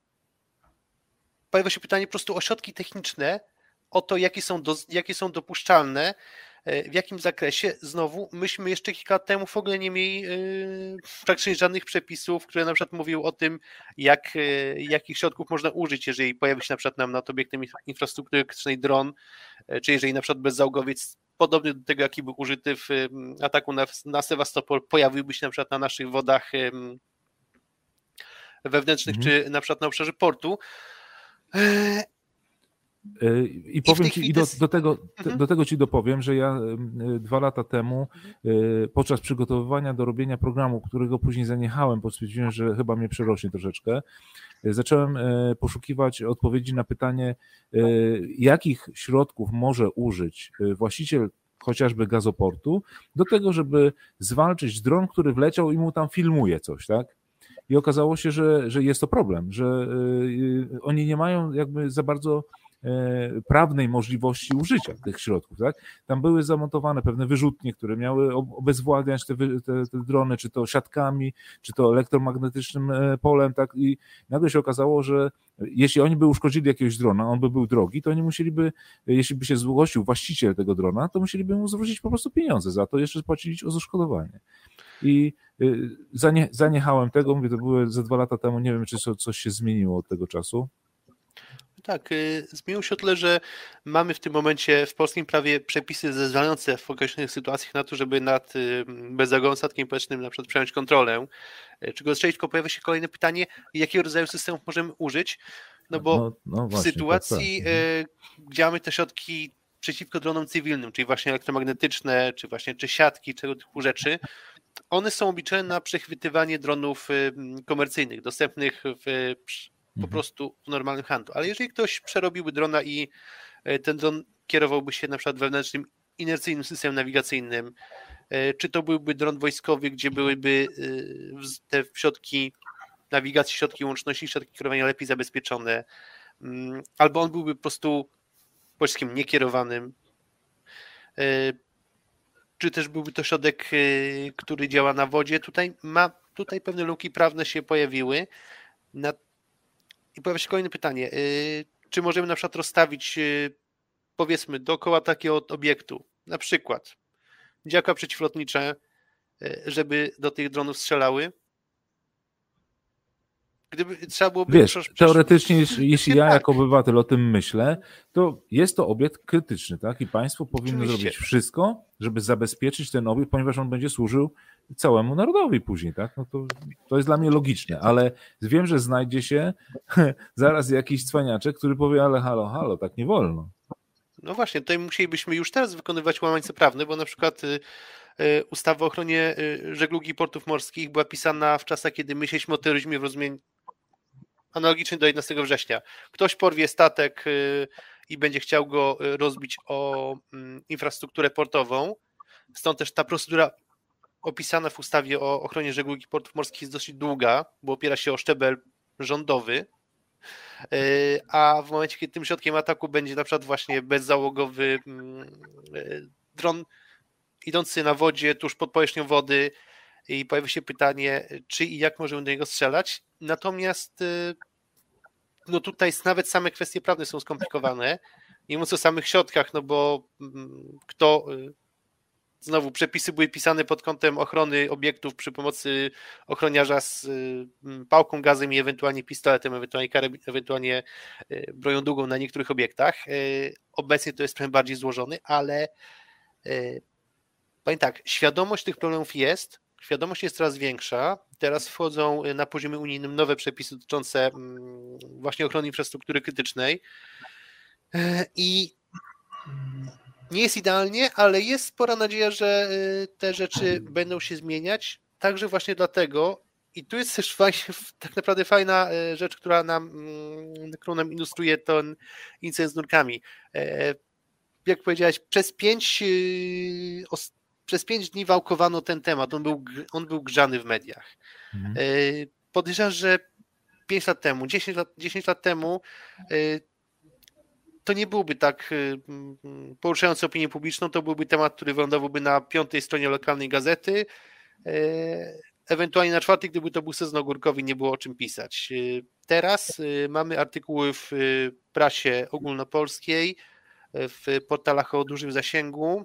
pojawia się pytanie po prostu o środki techniczne, o to, jakie są dopuszczalne, w jakim zakresie. Znowu, myśmy jeszcze kilka lat temu w ogóle nie mieli praktycznie żadnych przepisów, które na przykład mówiły o tym, jakich środków można użyć, jeżeli pojawi się na przykład nam nad obiektem infrastruktury krytycznej dron, czy jeżeli na przykład bezzałogowiec podobny do tego, jaki był użyty w ataku na Sewastopol, pojawiłby się na przykład na naszych wodach wewnętrznych, czy na przykład na obszarze portu. I powiem ci, do tego ci dopowiem, że ja 2 lata temu podczas przygotowywania do robienia programu, którego później zaniechałem, bo stwierdziłem, że chyba mnie przerośnie troszeczkę, zacząłem poszukiwać odpowiedzi na pytanie, jakich środków może użyć właściciel chociażby gazoportu do tego, żeby zwalczyć dron, który wleciał i mu tam filmuje coś, tak? I okazało się, że jest to problem, że oni nie mają jakby za bardzo prawnej możliwości użycia tych środków, tak? Tam były zamontowane pewne wyrzutnie, które miały obezwładniać te drony, czy to siatkami, czy to elektromagnetycznym polem, tak? I nagle się okazało, że jeśli oni by uszkodzili jakiegoś drona, on by był drogi, to oni musieliby, jeśli by się zgłosił właściciel tego drona, to musieliby mu zwrócić po prostu pieniądze za to, jeszcze spłacić odszkodowanie. I zaniechałem tego, mówię, to były ze 2 lata temu, nie wiem, czy coś się zmieniło od tego czasu. Tak, zmieniło się o tyle, że mamy w tym momencie w polskim prawie przepisy zezwalające w określonych sytuacjach na to, żeby nad bezzałogowym statkiem powietrznym na przykład przejąć kontrolę, czy go strzelić, tylko pojawia się kolejne pytanie, jakiego rodzaju systemów możemy użyć, bo właśnie, w sytuacji, gdzie mamy te środki przeciwko dronom cywilnym, czyli właśnie elektromagnetyczne, czy siatki, tego typu rzeczy, one są obliczone na przechwytywanie dronów komercyjnych, dostępnych po prostu w normalnym handlu. Ale jeżeli ktoś przerobiłby drona i ten dron kierowałby się na przykład wewnętrznym inercyjnym systemem nawigacyjnym, czy to byłby dron wojskowy, gdzie byłyby te środki nawigacji, środki łączności, środki kierowania lepiej zabezpieczone, albo on byłby po prostu pociskiem niekierowanym, czy też byłby to środek, który działa na wodzie. Tutaj pewne luki prawne się pojawiły. I pojawia się kolejne pytanie. Czy możemy na przykład rozstawić, powiedzmy, dookoła takiego obiektu, na przykład działka przeciwlotnicze, żeby do tych dronów strzelały? Gdyby trzeba byłoby... Wiesz, teoretycznie, jeśli ja jako obywatel o tym myślę, to jest to obiekt krytyczny, tak? I państwo powinno zrobić wszystko, żeby zabezpieczyć ten obiekt, ponieważ on będzie służył całemu narodowi później, tak? No to jest dla mnie logiczne, ale wiem, że znajdzie się zaraz jakiś cwaniaczek, który powie, ale halo, tak nie wolno. No właśnie, tutaj musielibyśmy już teraz wykonywać łamańce prawne, bo na przykład ustawa o ochronie żeglugi portów morskich była pisana w czasach, kiedy myśleliśmy o terroryzmie w rozumieniu analogicznym do 11 września. Ktoś porwie statek i będzie chciał go rozbić o infrastrukturę portową. Stąd też ta procedura opisana w ustawie o ochronie żeglugi portów morskich jest dosyć długa, bo opiera się o szczebel rządowy, a w momencie, kiedy tym środkiem ataku będzie na przykład właśnie bezzałogowy dron idący na wodzie tuż pod powierzchnią wody i pojawi się pytanie, czy i jak możemy do niego strzelać. Natomiast no tutaj nawet same kwestie prawne są skomplikowane. Nie mówiąc o samych środkach, no bo znowu przepisy były pisane pod kątem ochrony obiektów przy pomocy ochroniarza z pałką, gazem i ewentualnie pistoletem, ewentualnie bronią długą na niektórych obiektach. Obecnie to jest trochę bardziej złożony, ale powiem tak, świadomość tych problemów jest, świadomość jest coraz większa. Teraz wchodzą na poziomie unijnym nowe przepisy dotyczące właśnie ochrony infrastruktury krytycznej i nie jest idealnie, ale jest spora nadzieja, że te rzeczy będą się zmieniać, także właśnie dlatego, i tu jest też tak naprawdę fajna rzecz, którą nam ilustruje ten incydent z nurkami. Jak powiedziałeś, przez 5 dni wałkowano ten temat, on był grzany w mediach. Podejrzewam, że 5 lat temu, 10 lat temu to nie byłby tak poruszający opinię publiczną, to byłby temat, który wylądowałby na 5. stronie lokalnej gazety, ewentualnie na 4., gdyby to był sezon ogórkowy, nie było o czym pisać. Teraz mamy artykuły w prasie ogólnopolskiej, w portalach o dużym zasięgu.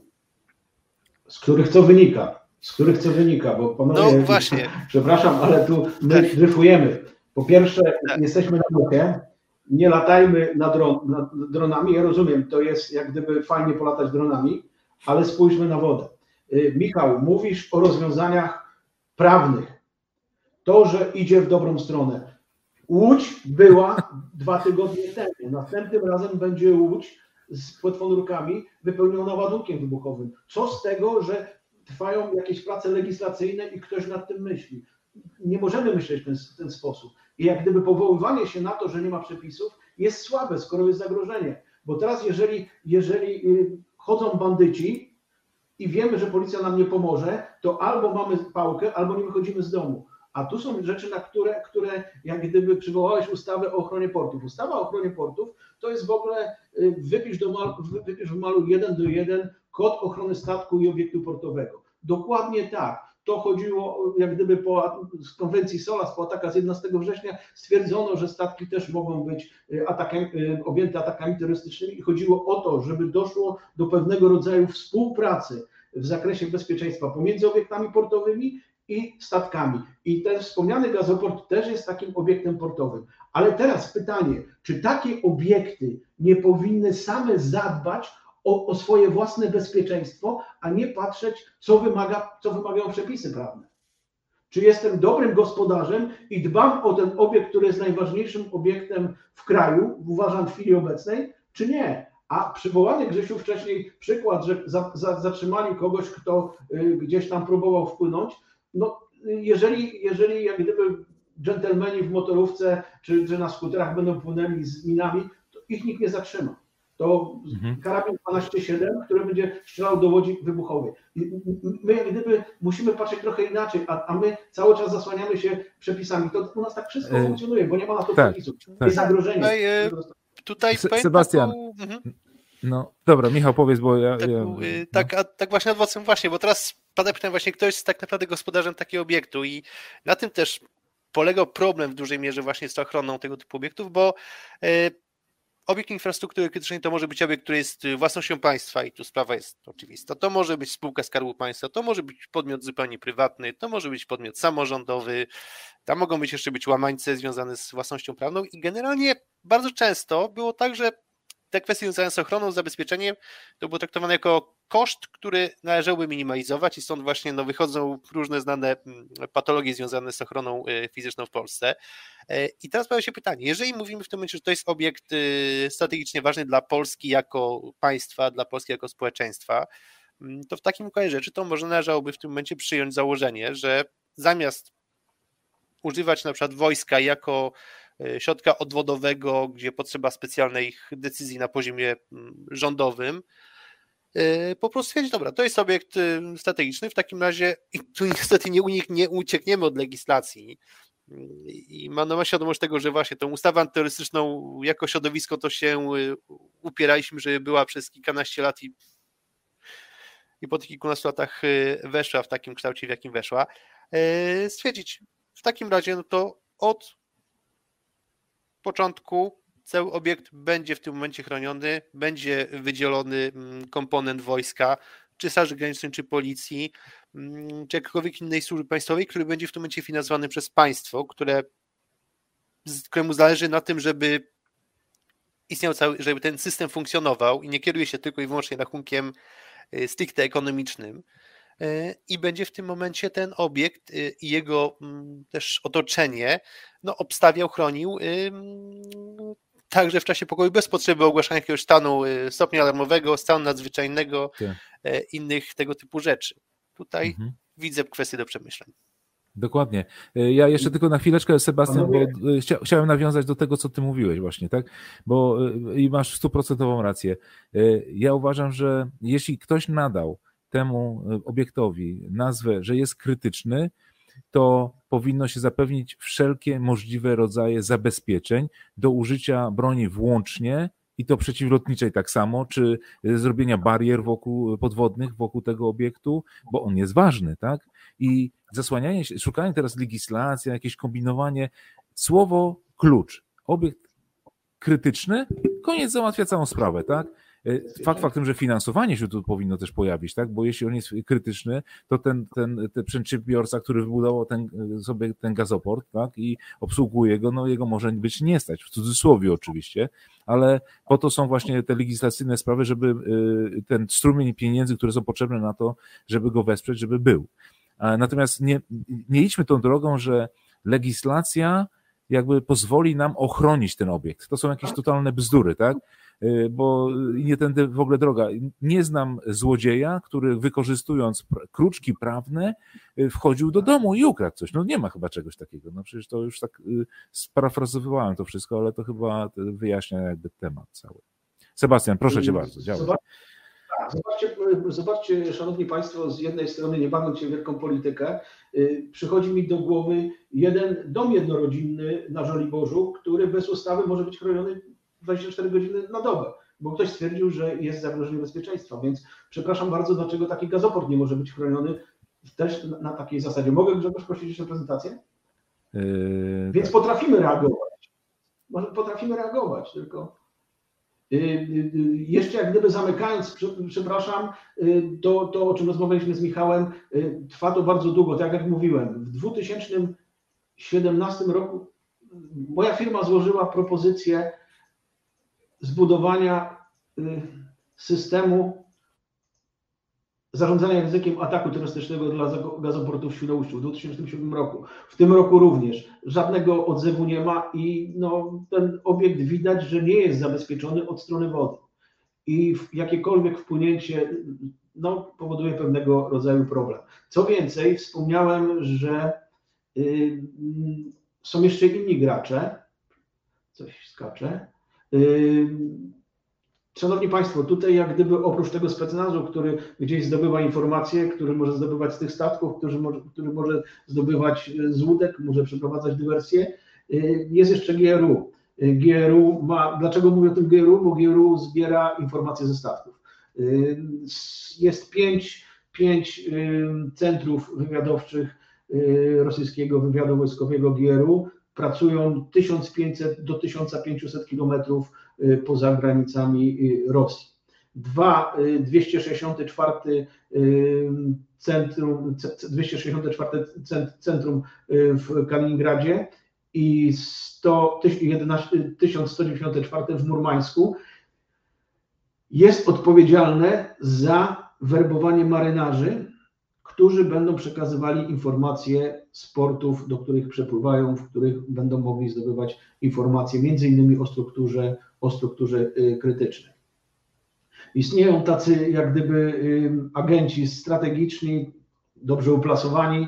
Z których co wynika, bo panowie, no właśnie. Przepraszam, ale tu my dryfujemy. Po pierwsze, jesteśmy na bokiem, nie latajmy nad dronami. Ja rozumiem, to jest jak gdyby fajnie polatać dronami, ale spójrzmy na wodę. Michał, mówisz o rozwiązaniach prawnych. To, że idzie w dobrą stronę. Łódź była 2 tygodnie temu. Następnym razem będzie łódź z płetwonurkami wypełniona ładunkiem wybuchowym. Co z tego, że trwają jakieś prace legislacyjne i ktoś nad tym myśli? Nie możemy myśleć w ten sposób. I jak gdyby powoływanie się na to, że nie ma przepisów, jest słabe, skoro jest zagrożenie. Bo teraz jeżeli chodzą bandyci i wiemy, że policja nam nie pomoże, to albo mamy pałkę, albo nie wychodzimy z domu. A tu są rzeczy, na które jak gdyby przywołałeś ustawę o ochronie portów. Ustawa o ochronie portów to jest w ogóle wypisz w malu 1:1 kod ochrony statku i obiektu portowego. Dokładnie tak. To chodziło, jak gdyby z konwencji SOLAS, po atakach z 11 września stwierdzono, że statki też mogą być objęte atakami terrorystycznymi i chodziło o to, żeby doszło do pewnego rodzaju współpracy w zakresie bezpieczeństwa pomiędzy obiektami portowymi i statkami. I ten wspomniany gazoport też jest takim obiektem portowym. Ale teraz pytanie, czy takie obiekty nie powinny same zadbać o swoje własne bezpieczeństwo, a nie patrzeć, co wymagają przepisy prawne? Czy jestem dobrym gospodarzem i dbam o ten obiekt, który jest najważniejszym obiektem w kraju, uważam w chwili obecnej, czy nie? A przywołany, Grzesiu, wcześniej przykład, że zatrzymali kogoś, kto gdzieś tam próbował wpłynąć, no jeżeli jak gdyby dżentelmeni w motorówce czy na skuterach będą płynęli z minami, to ich nikt nie zatrzyma. To karabin 12,7, który będzie strzelał do łodzi wybuchowej. My jak gdyby musimy patrzeć trochę inaczej, a my cały czas zasłaniamy się przepisami. To u nas tak wszystko funkcjonuje, bo nie ma na to przepisów. Jest zagrożenie. Tutaj Sebastian, no dobra, Michał, powiedz, bo tak właśnie adwocem właśnie, bo teraz pada pytanie właśnie, kto jest tak naprawdę gospodarzem takiego obiektu i na tym też polegał problem w dużej mierze właśnie z ochroną tego typu obiektów, bo obiekt infrastruktury krytycznej to może być obiekt, który jest własnością państwa i tu sprawa jest oczywista. To może być spółka Skarbu Państwa, to może być podmiot zupełnie prywatny, to może być podmiot samorządowy, tam mogą jeszcze być łamańce związane z własnością prawną i generalnie bardzo często było tak, że te kwestie związane z ochroną, zabezpieczeniem to było traktowane jako koszt, który należałoby minimalizować i stąd właśnie wychodzą różne znane patologie związane z ochroną fizyczną w Polsce. I teraz pojawia się pytanie, jeżeli mówimy w tym momencie, że to jest obiekt strategicznie ważny dla Polski jako państwa, dla Polski jako społeczeństwa, to w takim układzie rzeczy to może należałoby w tym momencie przyjąć założenie, że zamiast używać na przykład wojska jako środka odwodowego, gdzie potrzeba specjalnych decyzji na poziomie rządowym, po prostu stwierdzić, dobra, to jest obiekt strategiczny, w takim razie i tu niestety nie uciekniemy od legislacji i mam świadomość tego, że właśnie tą ustawę antyterrorystyczną jako środowisko to się upieraliśmy, żeby była przez kilkanaście lat i po tych kilkunastu latach weszła w takim kształcie, w jakim weszła, stwierdzić w takim razie, no to od początku cały obiekt będzie w tym momencie chroniony, będzie wydzielony komponent wojska, czy Straży Granicznej, czy Policji, czy jakiejkolwiek innej służby państwowej, który będzie w tym momencie finansowany przez państwo, któremu zależy na tym, żeby istniał żeby ten system funkcjonował i nie kieruje się tylko i wyłącznie rachunkiem stricte ekonomicznym. I będzie w tym momencie ten obiekt i jego też otoczenie obstawiał, chronił także w czasie pokoju bez potrzeby ogłaszania jakiegoś stanu stopnia alarmowego, stanu nadzwyczajnego, innych tego typu rzeczy. Tutaj widzę kwestię do przemyśleń. Dokładnie. Ja jeszcze tylko na chwileczkę, Sebastian, bo chciałem nawiązać do tego, co ty mówiłeś właśnie, tak? Bo i masz 100% rację. Ja uważam, że jeśli ktoś nadał temu obiektowi nazwę, że jest krytyczny, to powinno się zapewnić wszelkie możliwe rodzaje zabezpieczeń do użycia broni włącznie i to przeciwlotniczej tak samo, czy zrobienia barier podwodnych wokół tego obiektu, bo on jest ważny, tak? I zasłanianie się, szukanie teraz legislacji, jakieś kombinowanie, słowo klucz, obiekt krytyczny, koniec, załatwia całą sprawę, tak? Fakt faktem, że finansowanie się tu powinno też pojawić, tak? Bo jeśli on jest krytyczny, to ten przedsiębiorca, który wybudował ten gazoport, tak? I obsługuje go, jego może być nie stać, w cudzysłowie oczywiście, ale po to są właśnie te legislacyjne sprawy, żeby ten strumień pieniędzy, które są potrzebne na to, żeby go wesprzeć, żeby był. Natomiast nie idźmy tą drogą, że legislacja jakby pozwoli nam ochronić ten obiekt. To są jakieś totalne bzdury, tak? Bo nie tędy w ogóle droga. Nie znam złodzieja, który wykorzystując kruczki prawne wchodził do domu i ukradł coś. Nie ma chyba czegoś takiego. Przecież to już tak sparafrazowałem to wszystko, ale to chyba wyjaśnia jakby temat cały. Sebastian, proszę cię bardzo, działaj. Zobaczcie, szanowni państwo, z jednej strony, nie bawiąc się w wielką politykę, przychodzi mi do głowy jeden dom jednorodzinny na Żoliborzu, który bez ustawy może być chroniony 24 godziny na dobę, bo ktoś stwierdził, że jest zagrożenie bezpieczeństwa, więc przepraszam bardzo, dlaczego taki gazoport nie może być chroniony też na takiej zasadzie. Mogę, Grzegorz, prosić jeszcze prezentację? Więc potrafimy reagować. Może potrafimy reagować, tylko jeszcze jak gdyby zamykając, przepraszam, to o czym rozmawialiśmy z Michałem, trwa to bardzo długo, tak jak mówiłem. W 2017 roku moja firma złożyła propozycję zbudowania systemu zarządzania ryzykiem ataku terrorystycznego dla gazoportu w Świnoujściu w 2007 roku. W tym roku również. Żadnego odzewu nie ma i ten obiekt widać, że nie jest zabezpieczony od strony wody. I jakiekolwiek wpłynięcie powoduje pewnego rodzaju problem. Co więcej, wspomniałem, że są jeszcze inni gracze. Coś skacze. Szanowni Państwo, tutaj jak gdyby oprócz tego specnazu, który gdzieś zdobywa informacje, który może zdobywać z tych statków, który może zdobywać z łódek, może przeprowadzać dywersje, jest jeszcze GRU. Dlaczego mówię o tym GRU? Bo GRU zbiera informacje ze statków. Jest pięć centrów wywiadowczych rosyjskiego wywiadu wojskowego GRU. Pracują 1500 do 1500 kilometrów poza granicami Rosji. 264 centrum w Kaliningradzie i 1194 w Murmańsku jest odpowiedzialne za werbowanie marynarzy, którzy będą przekazywali informacje z portów, do których przepływają, w których będą mogli zdobywać informacje, między innymi o strukturze krytycznej. Istnieją tacy jak gdyby agenci strategiczni, dobrze uplasowani,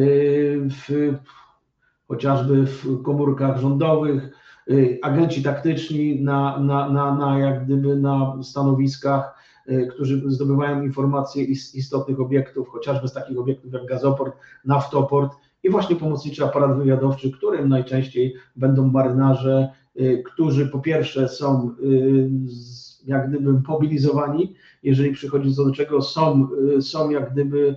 chociażby w komórkach rządowych, agenci taktyczni jak gdyby na stanowiskach, którzy zdobywają informacje z istotnych obiektów, chociażby z takich obiektów jak gazoport, naftoport i właśnie pomocniczy aparat wywiadowczy, którym najczęściej będą marynarze, którzy po pierwsze są jak gdyby mobilizowani, jeżeli przychodzi do czego, są jak gdyby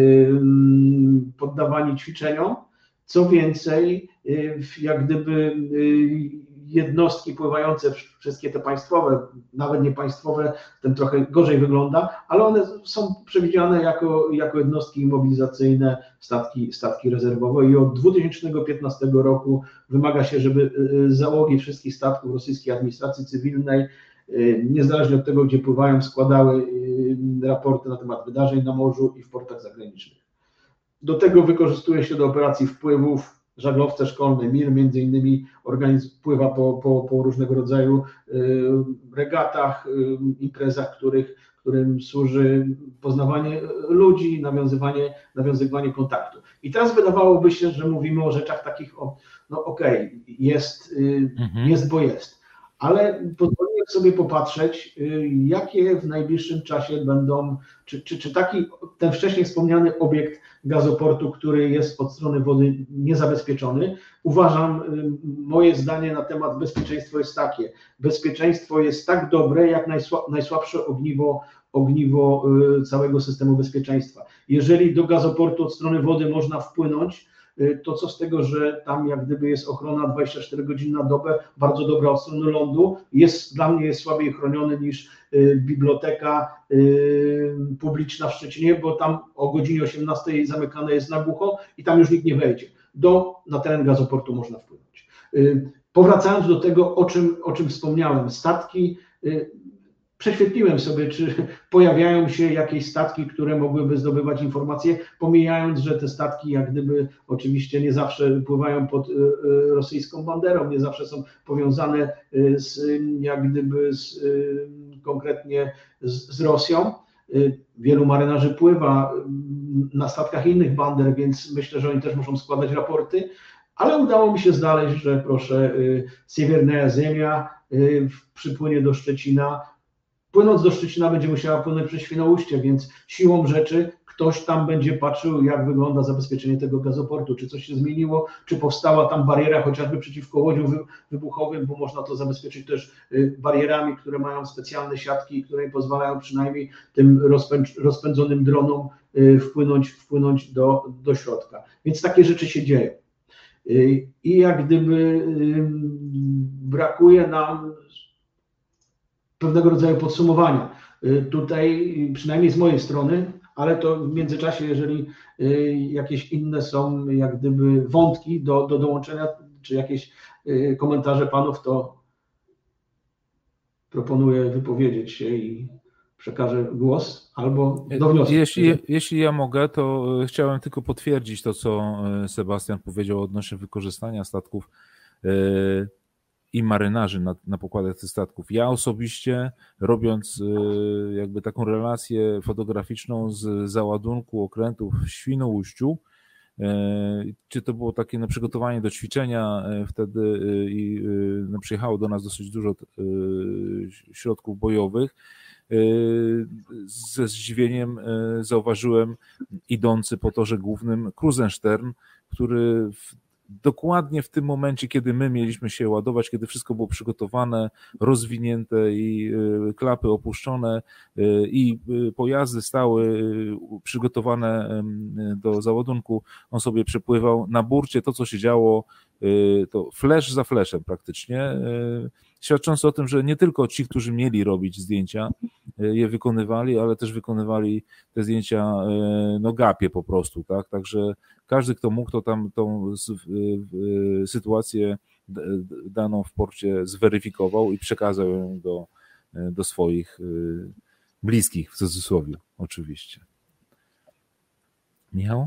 poddawani ćwiczeniom. Co więcej, jak gdyby jednostki pływające, wszystkie te państwowe, nawet nie państwowe, ten trochę gorzej wygląda, ale one są przewidziane jako jednostki mobilizacyjne, statki rezerwowe i od 2015 roku wymaga się, żeby załogi wszystkich statków rosyjskiej administracji cywilnej, niezależnie od tego, gdzie pływają, składały raporty na temat wydarzeń na morzu i w portach zagranicznych. Do tego wykorzystuje się do operacji wpływów żaglowce szkolne MIR, między innymi organizm pływa po różnego rodzaju regatach, imprezach, którym służy poznawanie ludzi, nawiązywanie kontaktu. I teraz wydawałoby się, że mówimy o rzeczach takich, jest, bo jest. Ale pozwoliłem sobie popatrzeć, jakie w najbliższym czasie będą, czy ten wcześniej wspomniany obiekt gazoportu, który jest od strony wody niezabezpieczony. Uważam, moje zdanie na temat bezpieczeństwa jest takie. Bezpieczeństwo jest tak dobre, jak najsłabsze ogniwo całego systemu bezpieczeństwa. Jeżeli do gazoportu od strony wody można wpłynąć, to co z tego, że tam jak gdyby jest ochrona 24 godziny na dobę, bardzo dobra od strony lądu, dla mnie jest słabiej chroniony niż biblioteka publiczna w Szczecinie, bo tam o godzinie 18 zamykane jest na głucho i tam już nikt nie wejdzie. Na teren gazoportu można wpłynąć. Powracając do tego, o czym wspomniałem, statki, prześwietliłem sobie, czy pojawiają się jakieś statki, które mogłyby zdobywać informacje, pomijając, że te statki jak gdyby oczywiście nie zawsze pływają pod rosyjską banderą, nie zawsze są powiązane konkretnie z Rosją. Wielu marynarzy pływa na statkach innych bander, więc myślę, że oni też muszą składać raporty, ale udało mi się znaleźć, że proszę, Siewierna Ziemia przypłynie do Szczecina. Płynąc do Szczecina będzie musiała płynąć przez Świnoujście, więc siłą rzeczy ktoś tam będzie patrzył, jak wygląda zabezpieczenie tego gazoportu, czy coś się zmieniło, czy powstała tam bariera chociażby przeciwko łodziom wybuchowym, bo można to zabezpieczyć też barierami, które mają specjalne siatki, które im pozwalają przynajmniej tym rozpędzonym dronom wpłynąć do środka. Więc takie rzeczy się dzieją. I jak gdyby brakuje nam pewnego rodzaju podsumowania. Tutaj, przynajmniej z mojej strony, ale to w międzyczasie, jeżeli jakieś inne są jak gdyby wątki do dołączenia, czy jakieś komentarze panów, to proponuję wypowiedzieć się i przekażę głos albo do wniosku. Jeśli ja mogę, to chciałem tylko potwierdzić to, co Sebastian powiedział odnośnie wykorzystania statków i marynarzy na pokładach tych statków. Ja osobiście, robiąc jakby taką relację fotograficzną z załadunku okrętów w Świnoujściu, Czy to było takie przygotowanie do ćwiczenia wtedy i przyjechało do nas dosyć dużo środków bojowych. Ze zdziwieniem zauważyłem idący po torze głównym Krusenstern, który dokładnie w tym momencie, kiedy my mieliśmy się ładować, kiedy wszystko było przygotowane, rozwinięte i klapy opuszczone i pojazdy stały przygotowane do załadunku, on sobie przepływał na burcie. To, co się działo, to flash za flashem praktycznie, świadcząc o tym, że nie tylko ci, którzy mieli robić zdjęcia, je wykonywali, ale też wykonywali te zdjęcia gapie po prostu, tak? Także każdy, kto mógł, to tam tą sytuację daną w porcie zweryfikował i przekazał ją do swoich bliskich, w cudzysłowie oczywiście. Michał?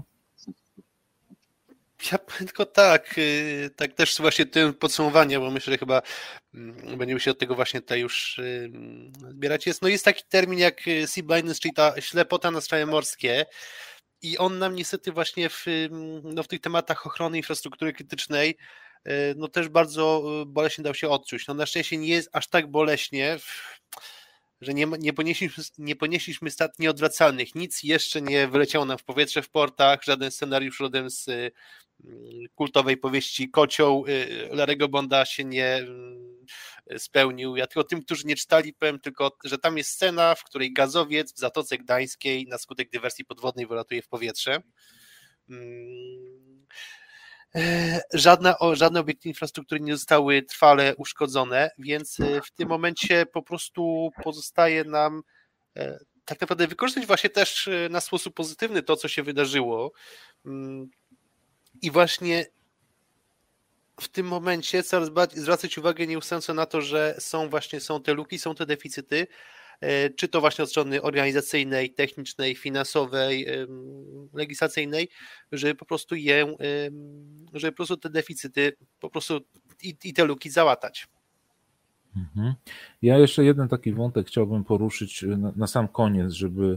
Ja tylko tak też właśnie tym podsumowanie, bo myślę, że chyba będziemy się od tego właśnie tutaj już zbierać. Jest taki termin jak sea blindness, czyli ta ślepota na straże morskie, i on nam niestety właśnie w tych tematach ochrony infrastruktury krytycznej też bardzo boleśnie dał się odczuć. Na szczęście nie jest aż tak boleśnie, że nie ponieśliśmy strat nieodwracalnych. Nic jeszcze nie wyleciało nam w powietrze w portach, żaden scenariusz rodem z kultowej powieści Kocioł Larry'ego Bonda się nie spełnił. Ja tylko tym, którzy nie czytali, powiem tylko, że tam jest scena, w której gazowiec w Zatoce Gdańskiej na skutek dywersji podwodnej wylatuje w powietrze. Żadne obiekty infrastruktury nie zostały trwale uszkodzone, więc w tym momencie po prostu pozostaje nam tak naprawdę wykorzystać właśnie też na sposób pozytywny to, co się wydarzyło, i właśnie w tym momencie coraz bardziej zwracać uwagę nieustająco na to, że są te luki, są te deficyty, czy to właśnie od strony organizacyjnej, technicznej, finansowej, legislacyjnej, żeby po prostu te deficyty i te luki załatać. Ja jeszcze jeden taki wątek chciałbym poruszyć na sam koniec, żeby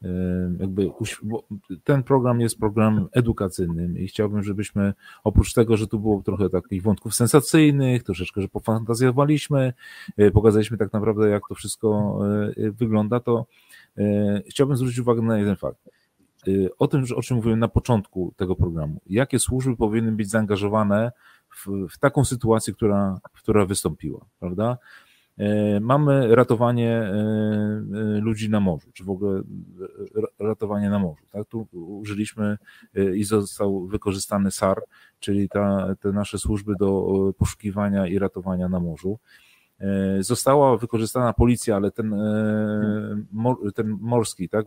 bo ten program jest programem edukacyjnym i chciałbym, żebyśmy oprócz tego, że tu było trochę takich wątków sensacyjnych, troszeczkę, że pofantazjowaliśmy, pokazaliśmy tak naprawdę, jak to wszystko wygląda, to chciałbym zwrócić uwagę na jeden fakt. O czym mówiłem na początku tego programu. Jakie służby powinny być zaangażowane w taką sytuację, która wystąpiła, prawda? Mamy ratowanie ludzi na morzu, czy w ogóle ratowanie na morzu. Tak? Tu użyliśmy i został wykorzystany SAR, czyli te nasze służby do poszukiwania i ratowania na morzu. Została wykorzystana policja, ale ten morski, tak,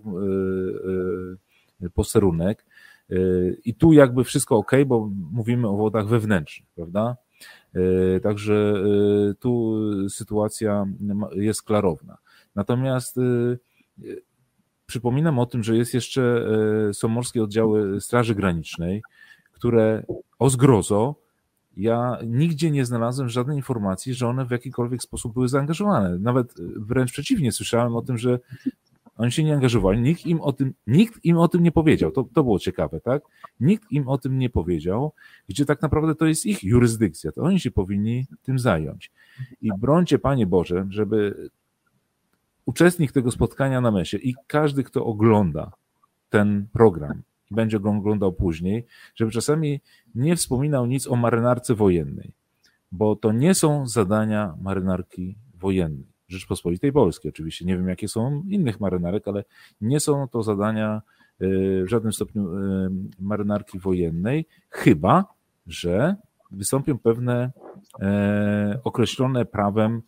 posterunek. I tu jakby wszystko ok, bo mówimy o wodach wewnętrznych, prawda? Także tu sytuacja jest klarowna. Natomiast przypominam o tym, że są morskie oddziały Straży Granicznej, które o zgrozo, ja nigdzie nie znalazłem żadnej informacji, że one w jakikolwiek sposób były zaangażowane. Nawet wręcz przeciwnie, słyszałem o tym, że oni się nie angażowali, nikt im o tym nie powiedział. To było ciekawe, tak? Nikt im o tym nie powiedział, gdzie tak naprawdę to jest ich jurysdykcja, to oni się powinni tym zająć. I brońcie, Panie Boże, żeby uczestnik tego spotkania na mesie i każdy, kto ogląda ten program, będzie go oglądał później, żeby czasami nie wspominał nic o marynarce wojennej, bo to nie są zadania marynarki wojennej. Rzeczpospolitej Polskiej oczywiście. Nie wiem, jakie są innych marynarek, ale nie są to zadania w żadnym stopniu marynarki wojennej, chyba że wystąpią pewne określone prawem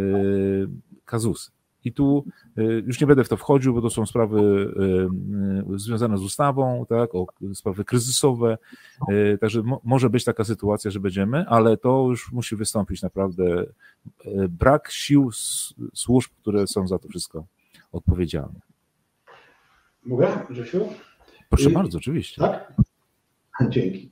kazusy. I tu już nie będę w to wchodził, bo to są sprawy związane z ustawą, tak, sprawy kryzysowe, także może być taka sytuacja, że będziemy, ale to już musi wystąpić naprawdę brak sił służb, które są za to wszystko odpowiedzialne. Mogę, Grzesiu? Proszę bardzo, oczywiście. Tak? Dzięki.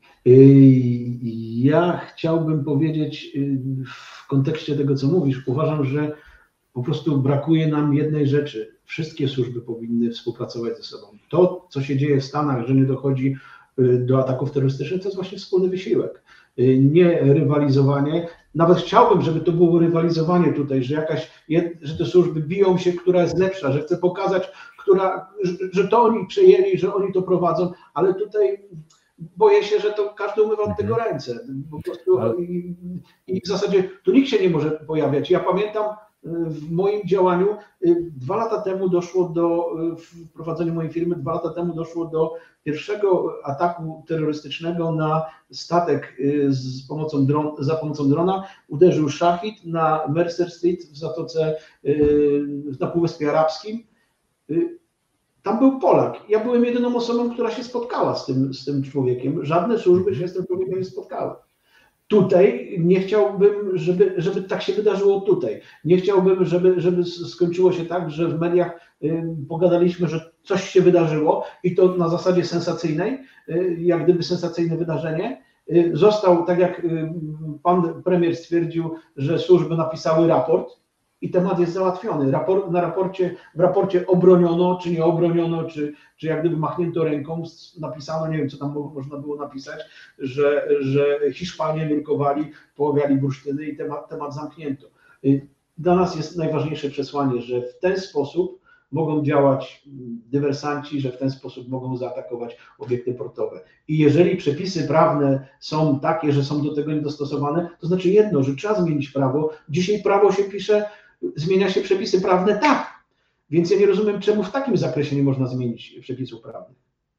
Ja chciałbym powiedzieć w kontekście tego, co mówisz, uważam, że po prostu brakuje nam jednej rzeczy. Wszystkie służby powinny współpracować ze sobą. To, co się dzieje w Stanach, że nie dochodzi do ataków terrorystycznych, to jest właśnie wspólny wysiłek. Nie rywalizowanie. Nawet chciałbym, żeby to było rywalizowanie tutaj, że te służby biją się, która jest lepsza, że chce pokazać, że to oni przejęli, że oni to prowadzą, ale tutaj boję się, że to każdy umywa od tego ręce. Po prostu i w zasadzie tu nikt się nie może pojawiać. Ja pamiętam w moim działaniu 2 lata temu doszło w prowadzeniu mojej firmy, 2 lata temu doszło do pierwszego ataku terrorystycznego na statek za pomocą drona. Uderzył szachid na Mercer Street w Zatoce, na Półwyspie Arabskim. Tam był Polak. Ja byłem jedyną osobą, która się spotkała z tym człowiekiem. Żadne służby się z tym człowiekiem nie spotkały. Tutaj nie chciałbym, żeby tak się wydarzyło tutaj. Nie chciałbym, żeby skończyło się tak, że w mediach pogadaliśmy, że coś się wydarzyło i to na zasadzie sensacyjnej, jak gdyby sensacyjne wydarzenie. Został, tak jak pan premier stwierdził, że służby napisały raport i temat jest załatwiony. W raporcie obroniono, czy nie obroniono, czy jak gdyby machnięto ręką, napisano, nie wiem co tam można było napisać, że Hiszpanie nurkowali, poławiali bursztyny i temat zamknięto. Dla nas jest najważniejsze przesłanie, że w ten sposób mogą działać dywersanci, że w ten sposób mogą zaatakować obiekty portowe. I jeżeli przepisy prawne są takie, że są do tego niedostosowane, to znaczy jedno, że trzeba zmienić prawo. Dzisiaj prawo się pisze, zmienia się przepisy prawne, tak. Więc ja nie rozumiem, czemu w takim zakresie nie można zmienić przepisów prawnych.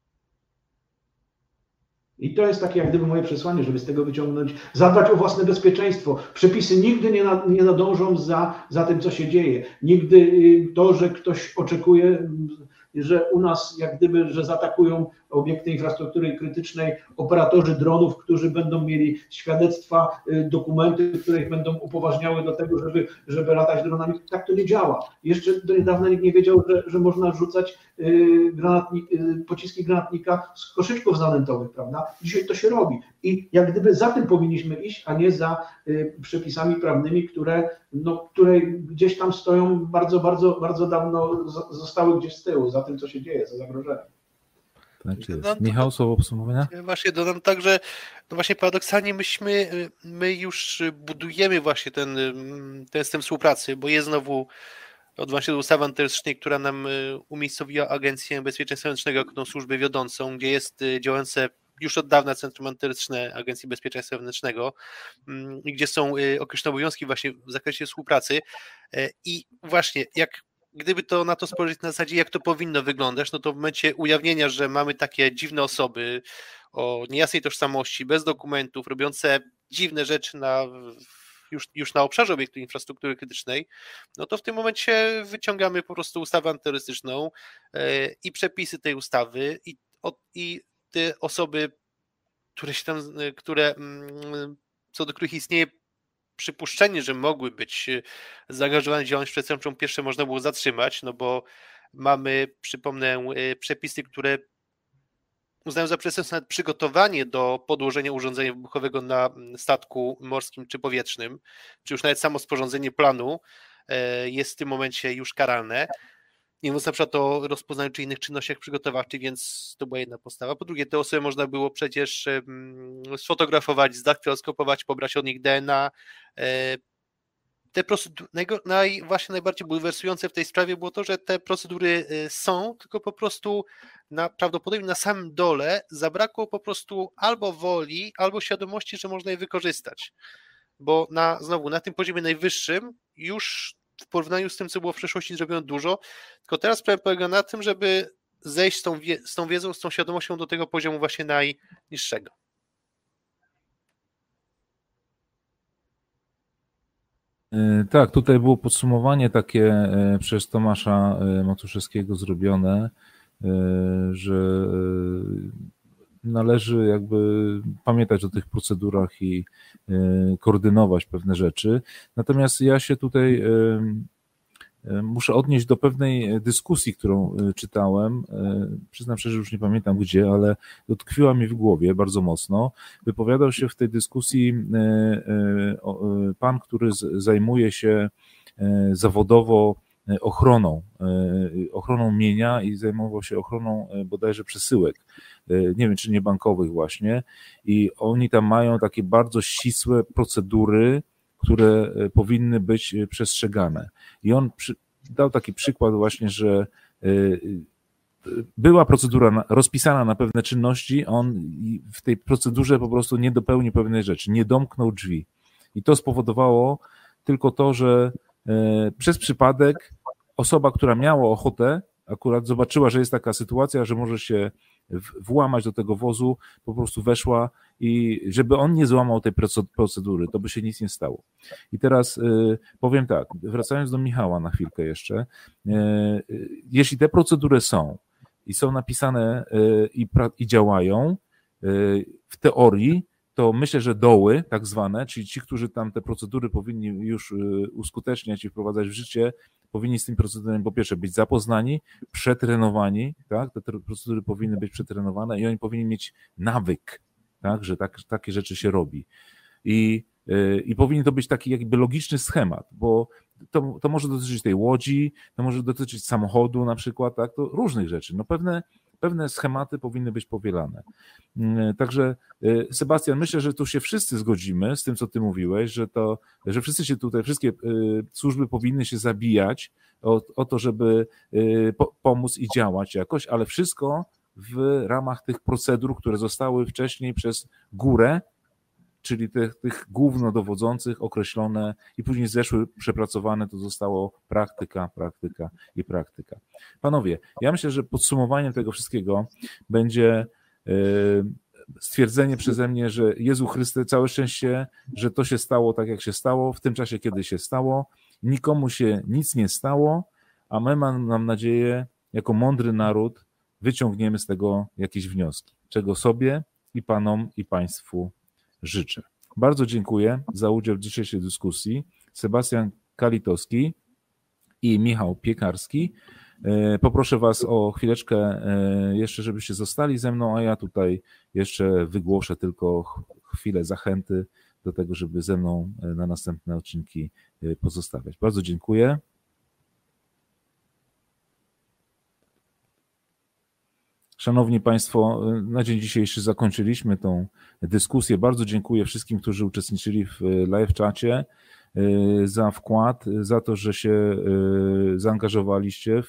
I to jest takie jak gdyby moje przesłanie, żeby z tego wyciągnąć, zadbać o własne bezpieczeństwo. Przepisy nigdy nie nadążą za tym, co się dzieje. Nigdy to, że ktoś oczekuje, że u nas jak gdyby, że zaatakują obiekty infrastruktury krytycznej operatorzy dronów, którzy będą mieli świadectwa, dokumenty, które ich będą upoważniały do tego, żeby latać dronami. Tak to nie działa. Jeszcze do niedawna nikt nie wiedział, że można rzucać pociski granatnika z koszyczków zanętowych, prawda? Dzisiaj to się robi. I jak gdyby za tym powinniśmy iść, a nie za przepisami prawnymi, które gdzieś tam stoją bardzo, bardzo, bardzo dawno, zostały gdzieś z tyłu, za tym, co się dzieje, za zagrożeniem. Tak jest. Michał, słowo podsumowania? Ja właśnie dodam tak, że no właśnie paradoksalnie my już budujemy właśnie ten system współpracy, bo jest znowu odnośnie do ustawy antyterrorystycznej, która nam umiejscowiła Agencję Bezpieczeństwa Wewnętrznego jako tą służbę wiodącą, gdzie jest działające już od dawna Centrum Antyterrorystyczne Agencji Bezpieczeństwa Wewnętrznego, gdzie są określone obowiązki właśnie w zakresie współpracy i właśnie gdyby to na to spojrzeć na zasadzie, jak to powinno wyglądać, no to w momencie ujawnienia, że mamy takie dziwne osoby o niejasnej tożsamości, bez dokumentów, robiące dziwne rzeczy już na obszarze obiektu infrastruktury krytycznej, no to w tym momencie wyciągamy po prostu ustawę antyterrorystyczną i przepisy tej ustawy i te osoby, co do których istnieje przypuszczenie, że mogły być zaangażowane w działalność przestępczą, pierwsze można było zatrzymać, no bo mamy, przypomnę, przepisy, które uznają za przestępstwo nawet przygotowanie do podłożenia urządzenia wybuchowego na statku morskim czy powietrznym, czy już nawet samo sporządzenie planu jest w tym momencie już karalne. Nie mówiąc na przykład o rozpoznaniu czy innych czynnościach przygotowawczych, więc to była jedna podstawa. Po drugie, te osoby można było przecież sfotografować, zdaktyloskopować, pobrać od nich DNA. Te procedury, właśnie najbardziej bulwersujące w tej sprawie było to, że te procedury są, tylko po prostu prawdopodobnie na samym dole zabrakło po prostu albo woli, albo świadomości, że można je wykorzystać. Bo znowu na tym poziomie najwyższym już w porównaniu z tym, co było w przeszłości, zrobiono dużo, tylko teraz problem polega na tym, żeby zejść z tą wiedzą, z tą świadomością do tego poziomu właśnie najniższego. Tak, tutaj było podsumowanie takie przez Tomasza Matuszewskiego zrobione, że należy jakby pamiętać o tych procedurach i koordynować pewne rzeczy. Natomiast ja się tutaj muszę odnieść do pewnej dyskusji, którą czytałem. Przyznam szczerze, już nie pamiętam gdzie, ale utkwiła mi w głowie bardzo mocno. Wypowiadał się w tej dyskusji pan, który zajmuje się zawodowo ochroną mienia i zajmował się ochroną bodajże przesyłek, nie wiem czy nie bankowych właśnie, i oni tam mają takie bardzo ścisłe procedury, które powinny być przestrzegane. I on dał taki przykład właśnie, że była procedura rozpisana na pewne czynności, on w tej procedurze po prostu nie dopełnił pewnej rzeczy, nie domknął drzwi. I to spowodowało tylko to, że przez przypadek osoba, która miała ochotę, akurat zobaczyła, że jest taka sytuacja, że może się włamać do tego wozu, po prostu weszła i żeby on nie złamał tej procedury, to by się nic nie stało. I teraz powiem tak, wracając do Michała na chwilkę jeszcze, jeśli te procedury są i są napisane i działają w teorii, to myślę, że doły tak zwane, czyli ci, którzy tam te procedury powinni już uskuteczniać i wprowadzać w życie, powinni z tymi procedurami po pierwsze być zapoznani, przetrenowani, tak? Te procedury powinny być przetrenowane i oni powinni mieć nawyk, tak? Że takie rzeczy się robi. I powinien to być taki jakby logiczny schemat, bo to może dotyczyć tej łodzi, to może dotyczyć samochodu na przykład, tak? To różnych rzeczy. No pewne schematy powinny być powielane. Także Sebastian, myślę, że tu się wszyscy zgodzimy z tym, co ty mówiłeś, że wszyscy się tutaj, wszystkie służby powinny się zabijać o to, żeby pomóc i działać jakoś, ale wszystko w ramach tych procedur, które zostały wcześniej przez górę, czyli tych głównodowodzących określone i później zeszły, przepracowane, to zostało praktyka. Panowie, ja myślę, że podsumowaniem tego wszystkiego będzie stwierdzenie przeze mnie, że Jezu Chryste, całe szczęście, że to się stało tak, jak się stało, w tym czasie, kiedy się stało, nikomu się nic nie stało, a my mam nadzieję, jako mądry naród, wyciągniemy z tego jakieś wnioski, czego sobie i panom i państwu życzę. Bardzo dziękuję za udział w dzisiejszej dyskusji. Sebastian Kalitowski i Michał Piekarski. Poproszę was o chwileczkę jeszcze, żebyście zostali ze mną, a ja tutaj jeszcze wygłoszę tylko chwilę zachęty do tego, żeby ze mną na następne odcinki pozostawiać. Bardzo dziękuję. Szanowni Państwo, na dzień dzisiejszy zakończyliśmy tą dyskusję. Bardzo dziękuję wszystkim, którzy uczestniczyli w live czacie za wkład, za to, że się zaangażowaliście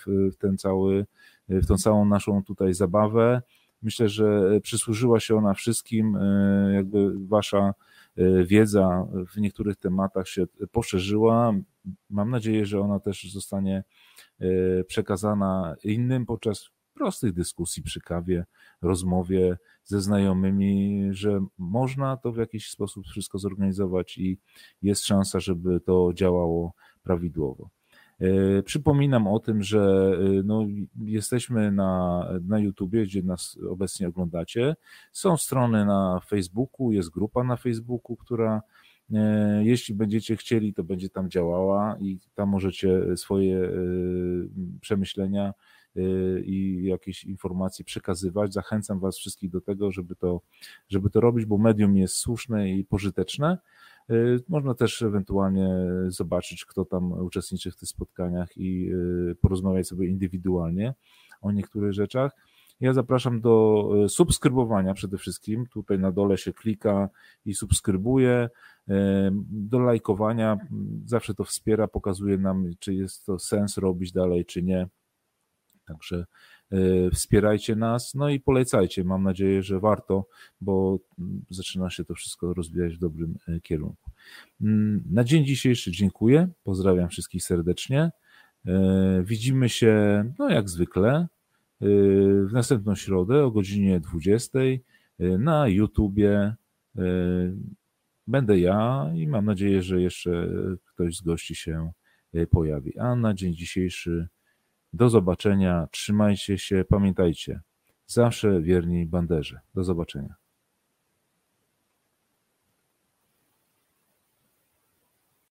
w tą całą naszą tutaj zabawę. Myślę, że przysłużyła się ona wszystkim, jakby wasza wiedza w niektórych tematach się poszerzyła. Mam nadzieję, że ona też zostanie przekazana innym podczas prostych dyskusji przy kawie, rozmowie ze znajomymi, że można to w jakiś sposób wszystko zorganizować i jest szansa, żeby to działało prawidłowo. Przypominam o tym, że no, jesteśmy na YouTubie, gdzie nas obecnie oglądacie. Są strony na Facebooku, jest grupa na Facebooku, która jeśli będziecie chcieli, to będzie tam działała i tam możecie swoje przemyślenia i jakieś informacje przekazywać. Zachęcam was wszystkich do tego, żeby to robić, bo medium jest słuszne i pożyteczne. Można też ewentualnie zobaczyć, kto tam uczestniczy w tych spotkaniach i porozmawiać sobie indywidualnie o niektórych rzeczach. Ja zapraszam do subskrybowania przede wszystkim. Tutaj na dole się klika i subskrybuje. Do lajkowania. Zawsze to wspiera, pokazuje nam, czy jest to sens robić dalej, czy nie. Także wspierajcie nas, no i polecajcie. Mam nadzieję, że warto, bo zaczyna się to wszystko rozwijać w dobrym kierunku. Na dzień dzisiejszy dziękuję, pozdrawiam wszystkich serdecznie. Widzimy się, no jak zwykle, w następną środę o godzinie 20 na YouTubie. Będę ja i mam nadzieję, że jeszcze ktoś z gości się pojawi. A na dzień dzisiejszy do zobaczenia, trzymajcie się, pamiętajcie, zawsze wierni banderze. Do zobaczenia.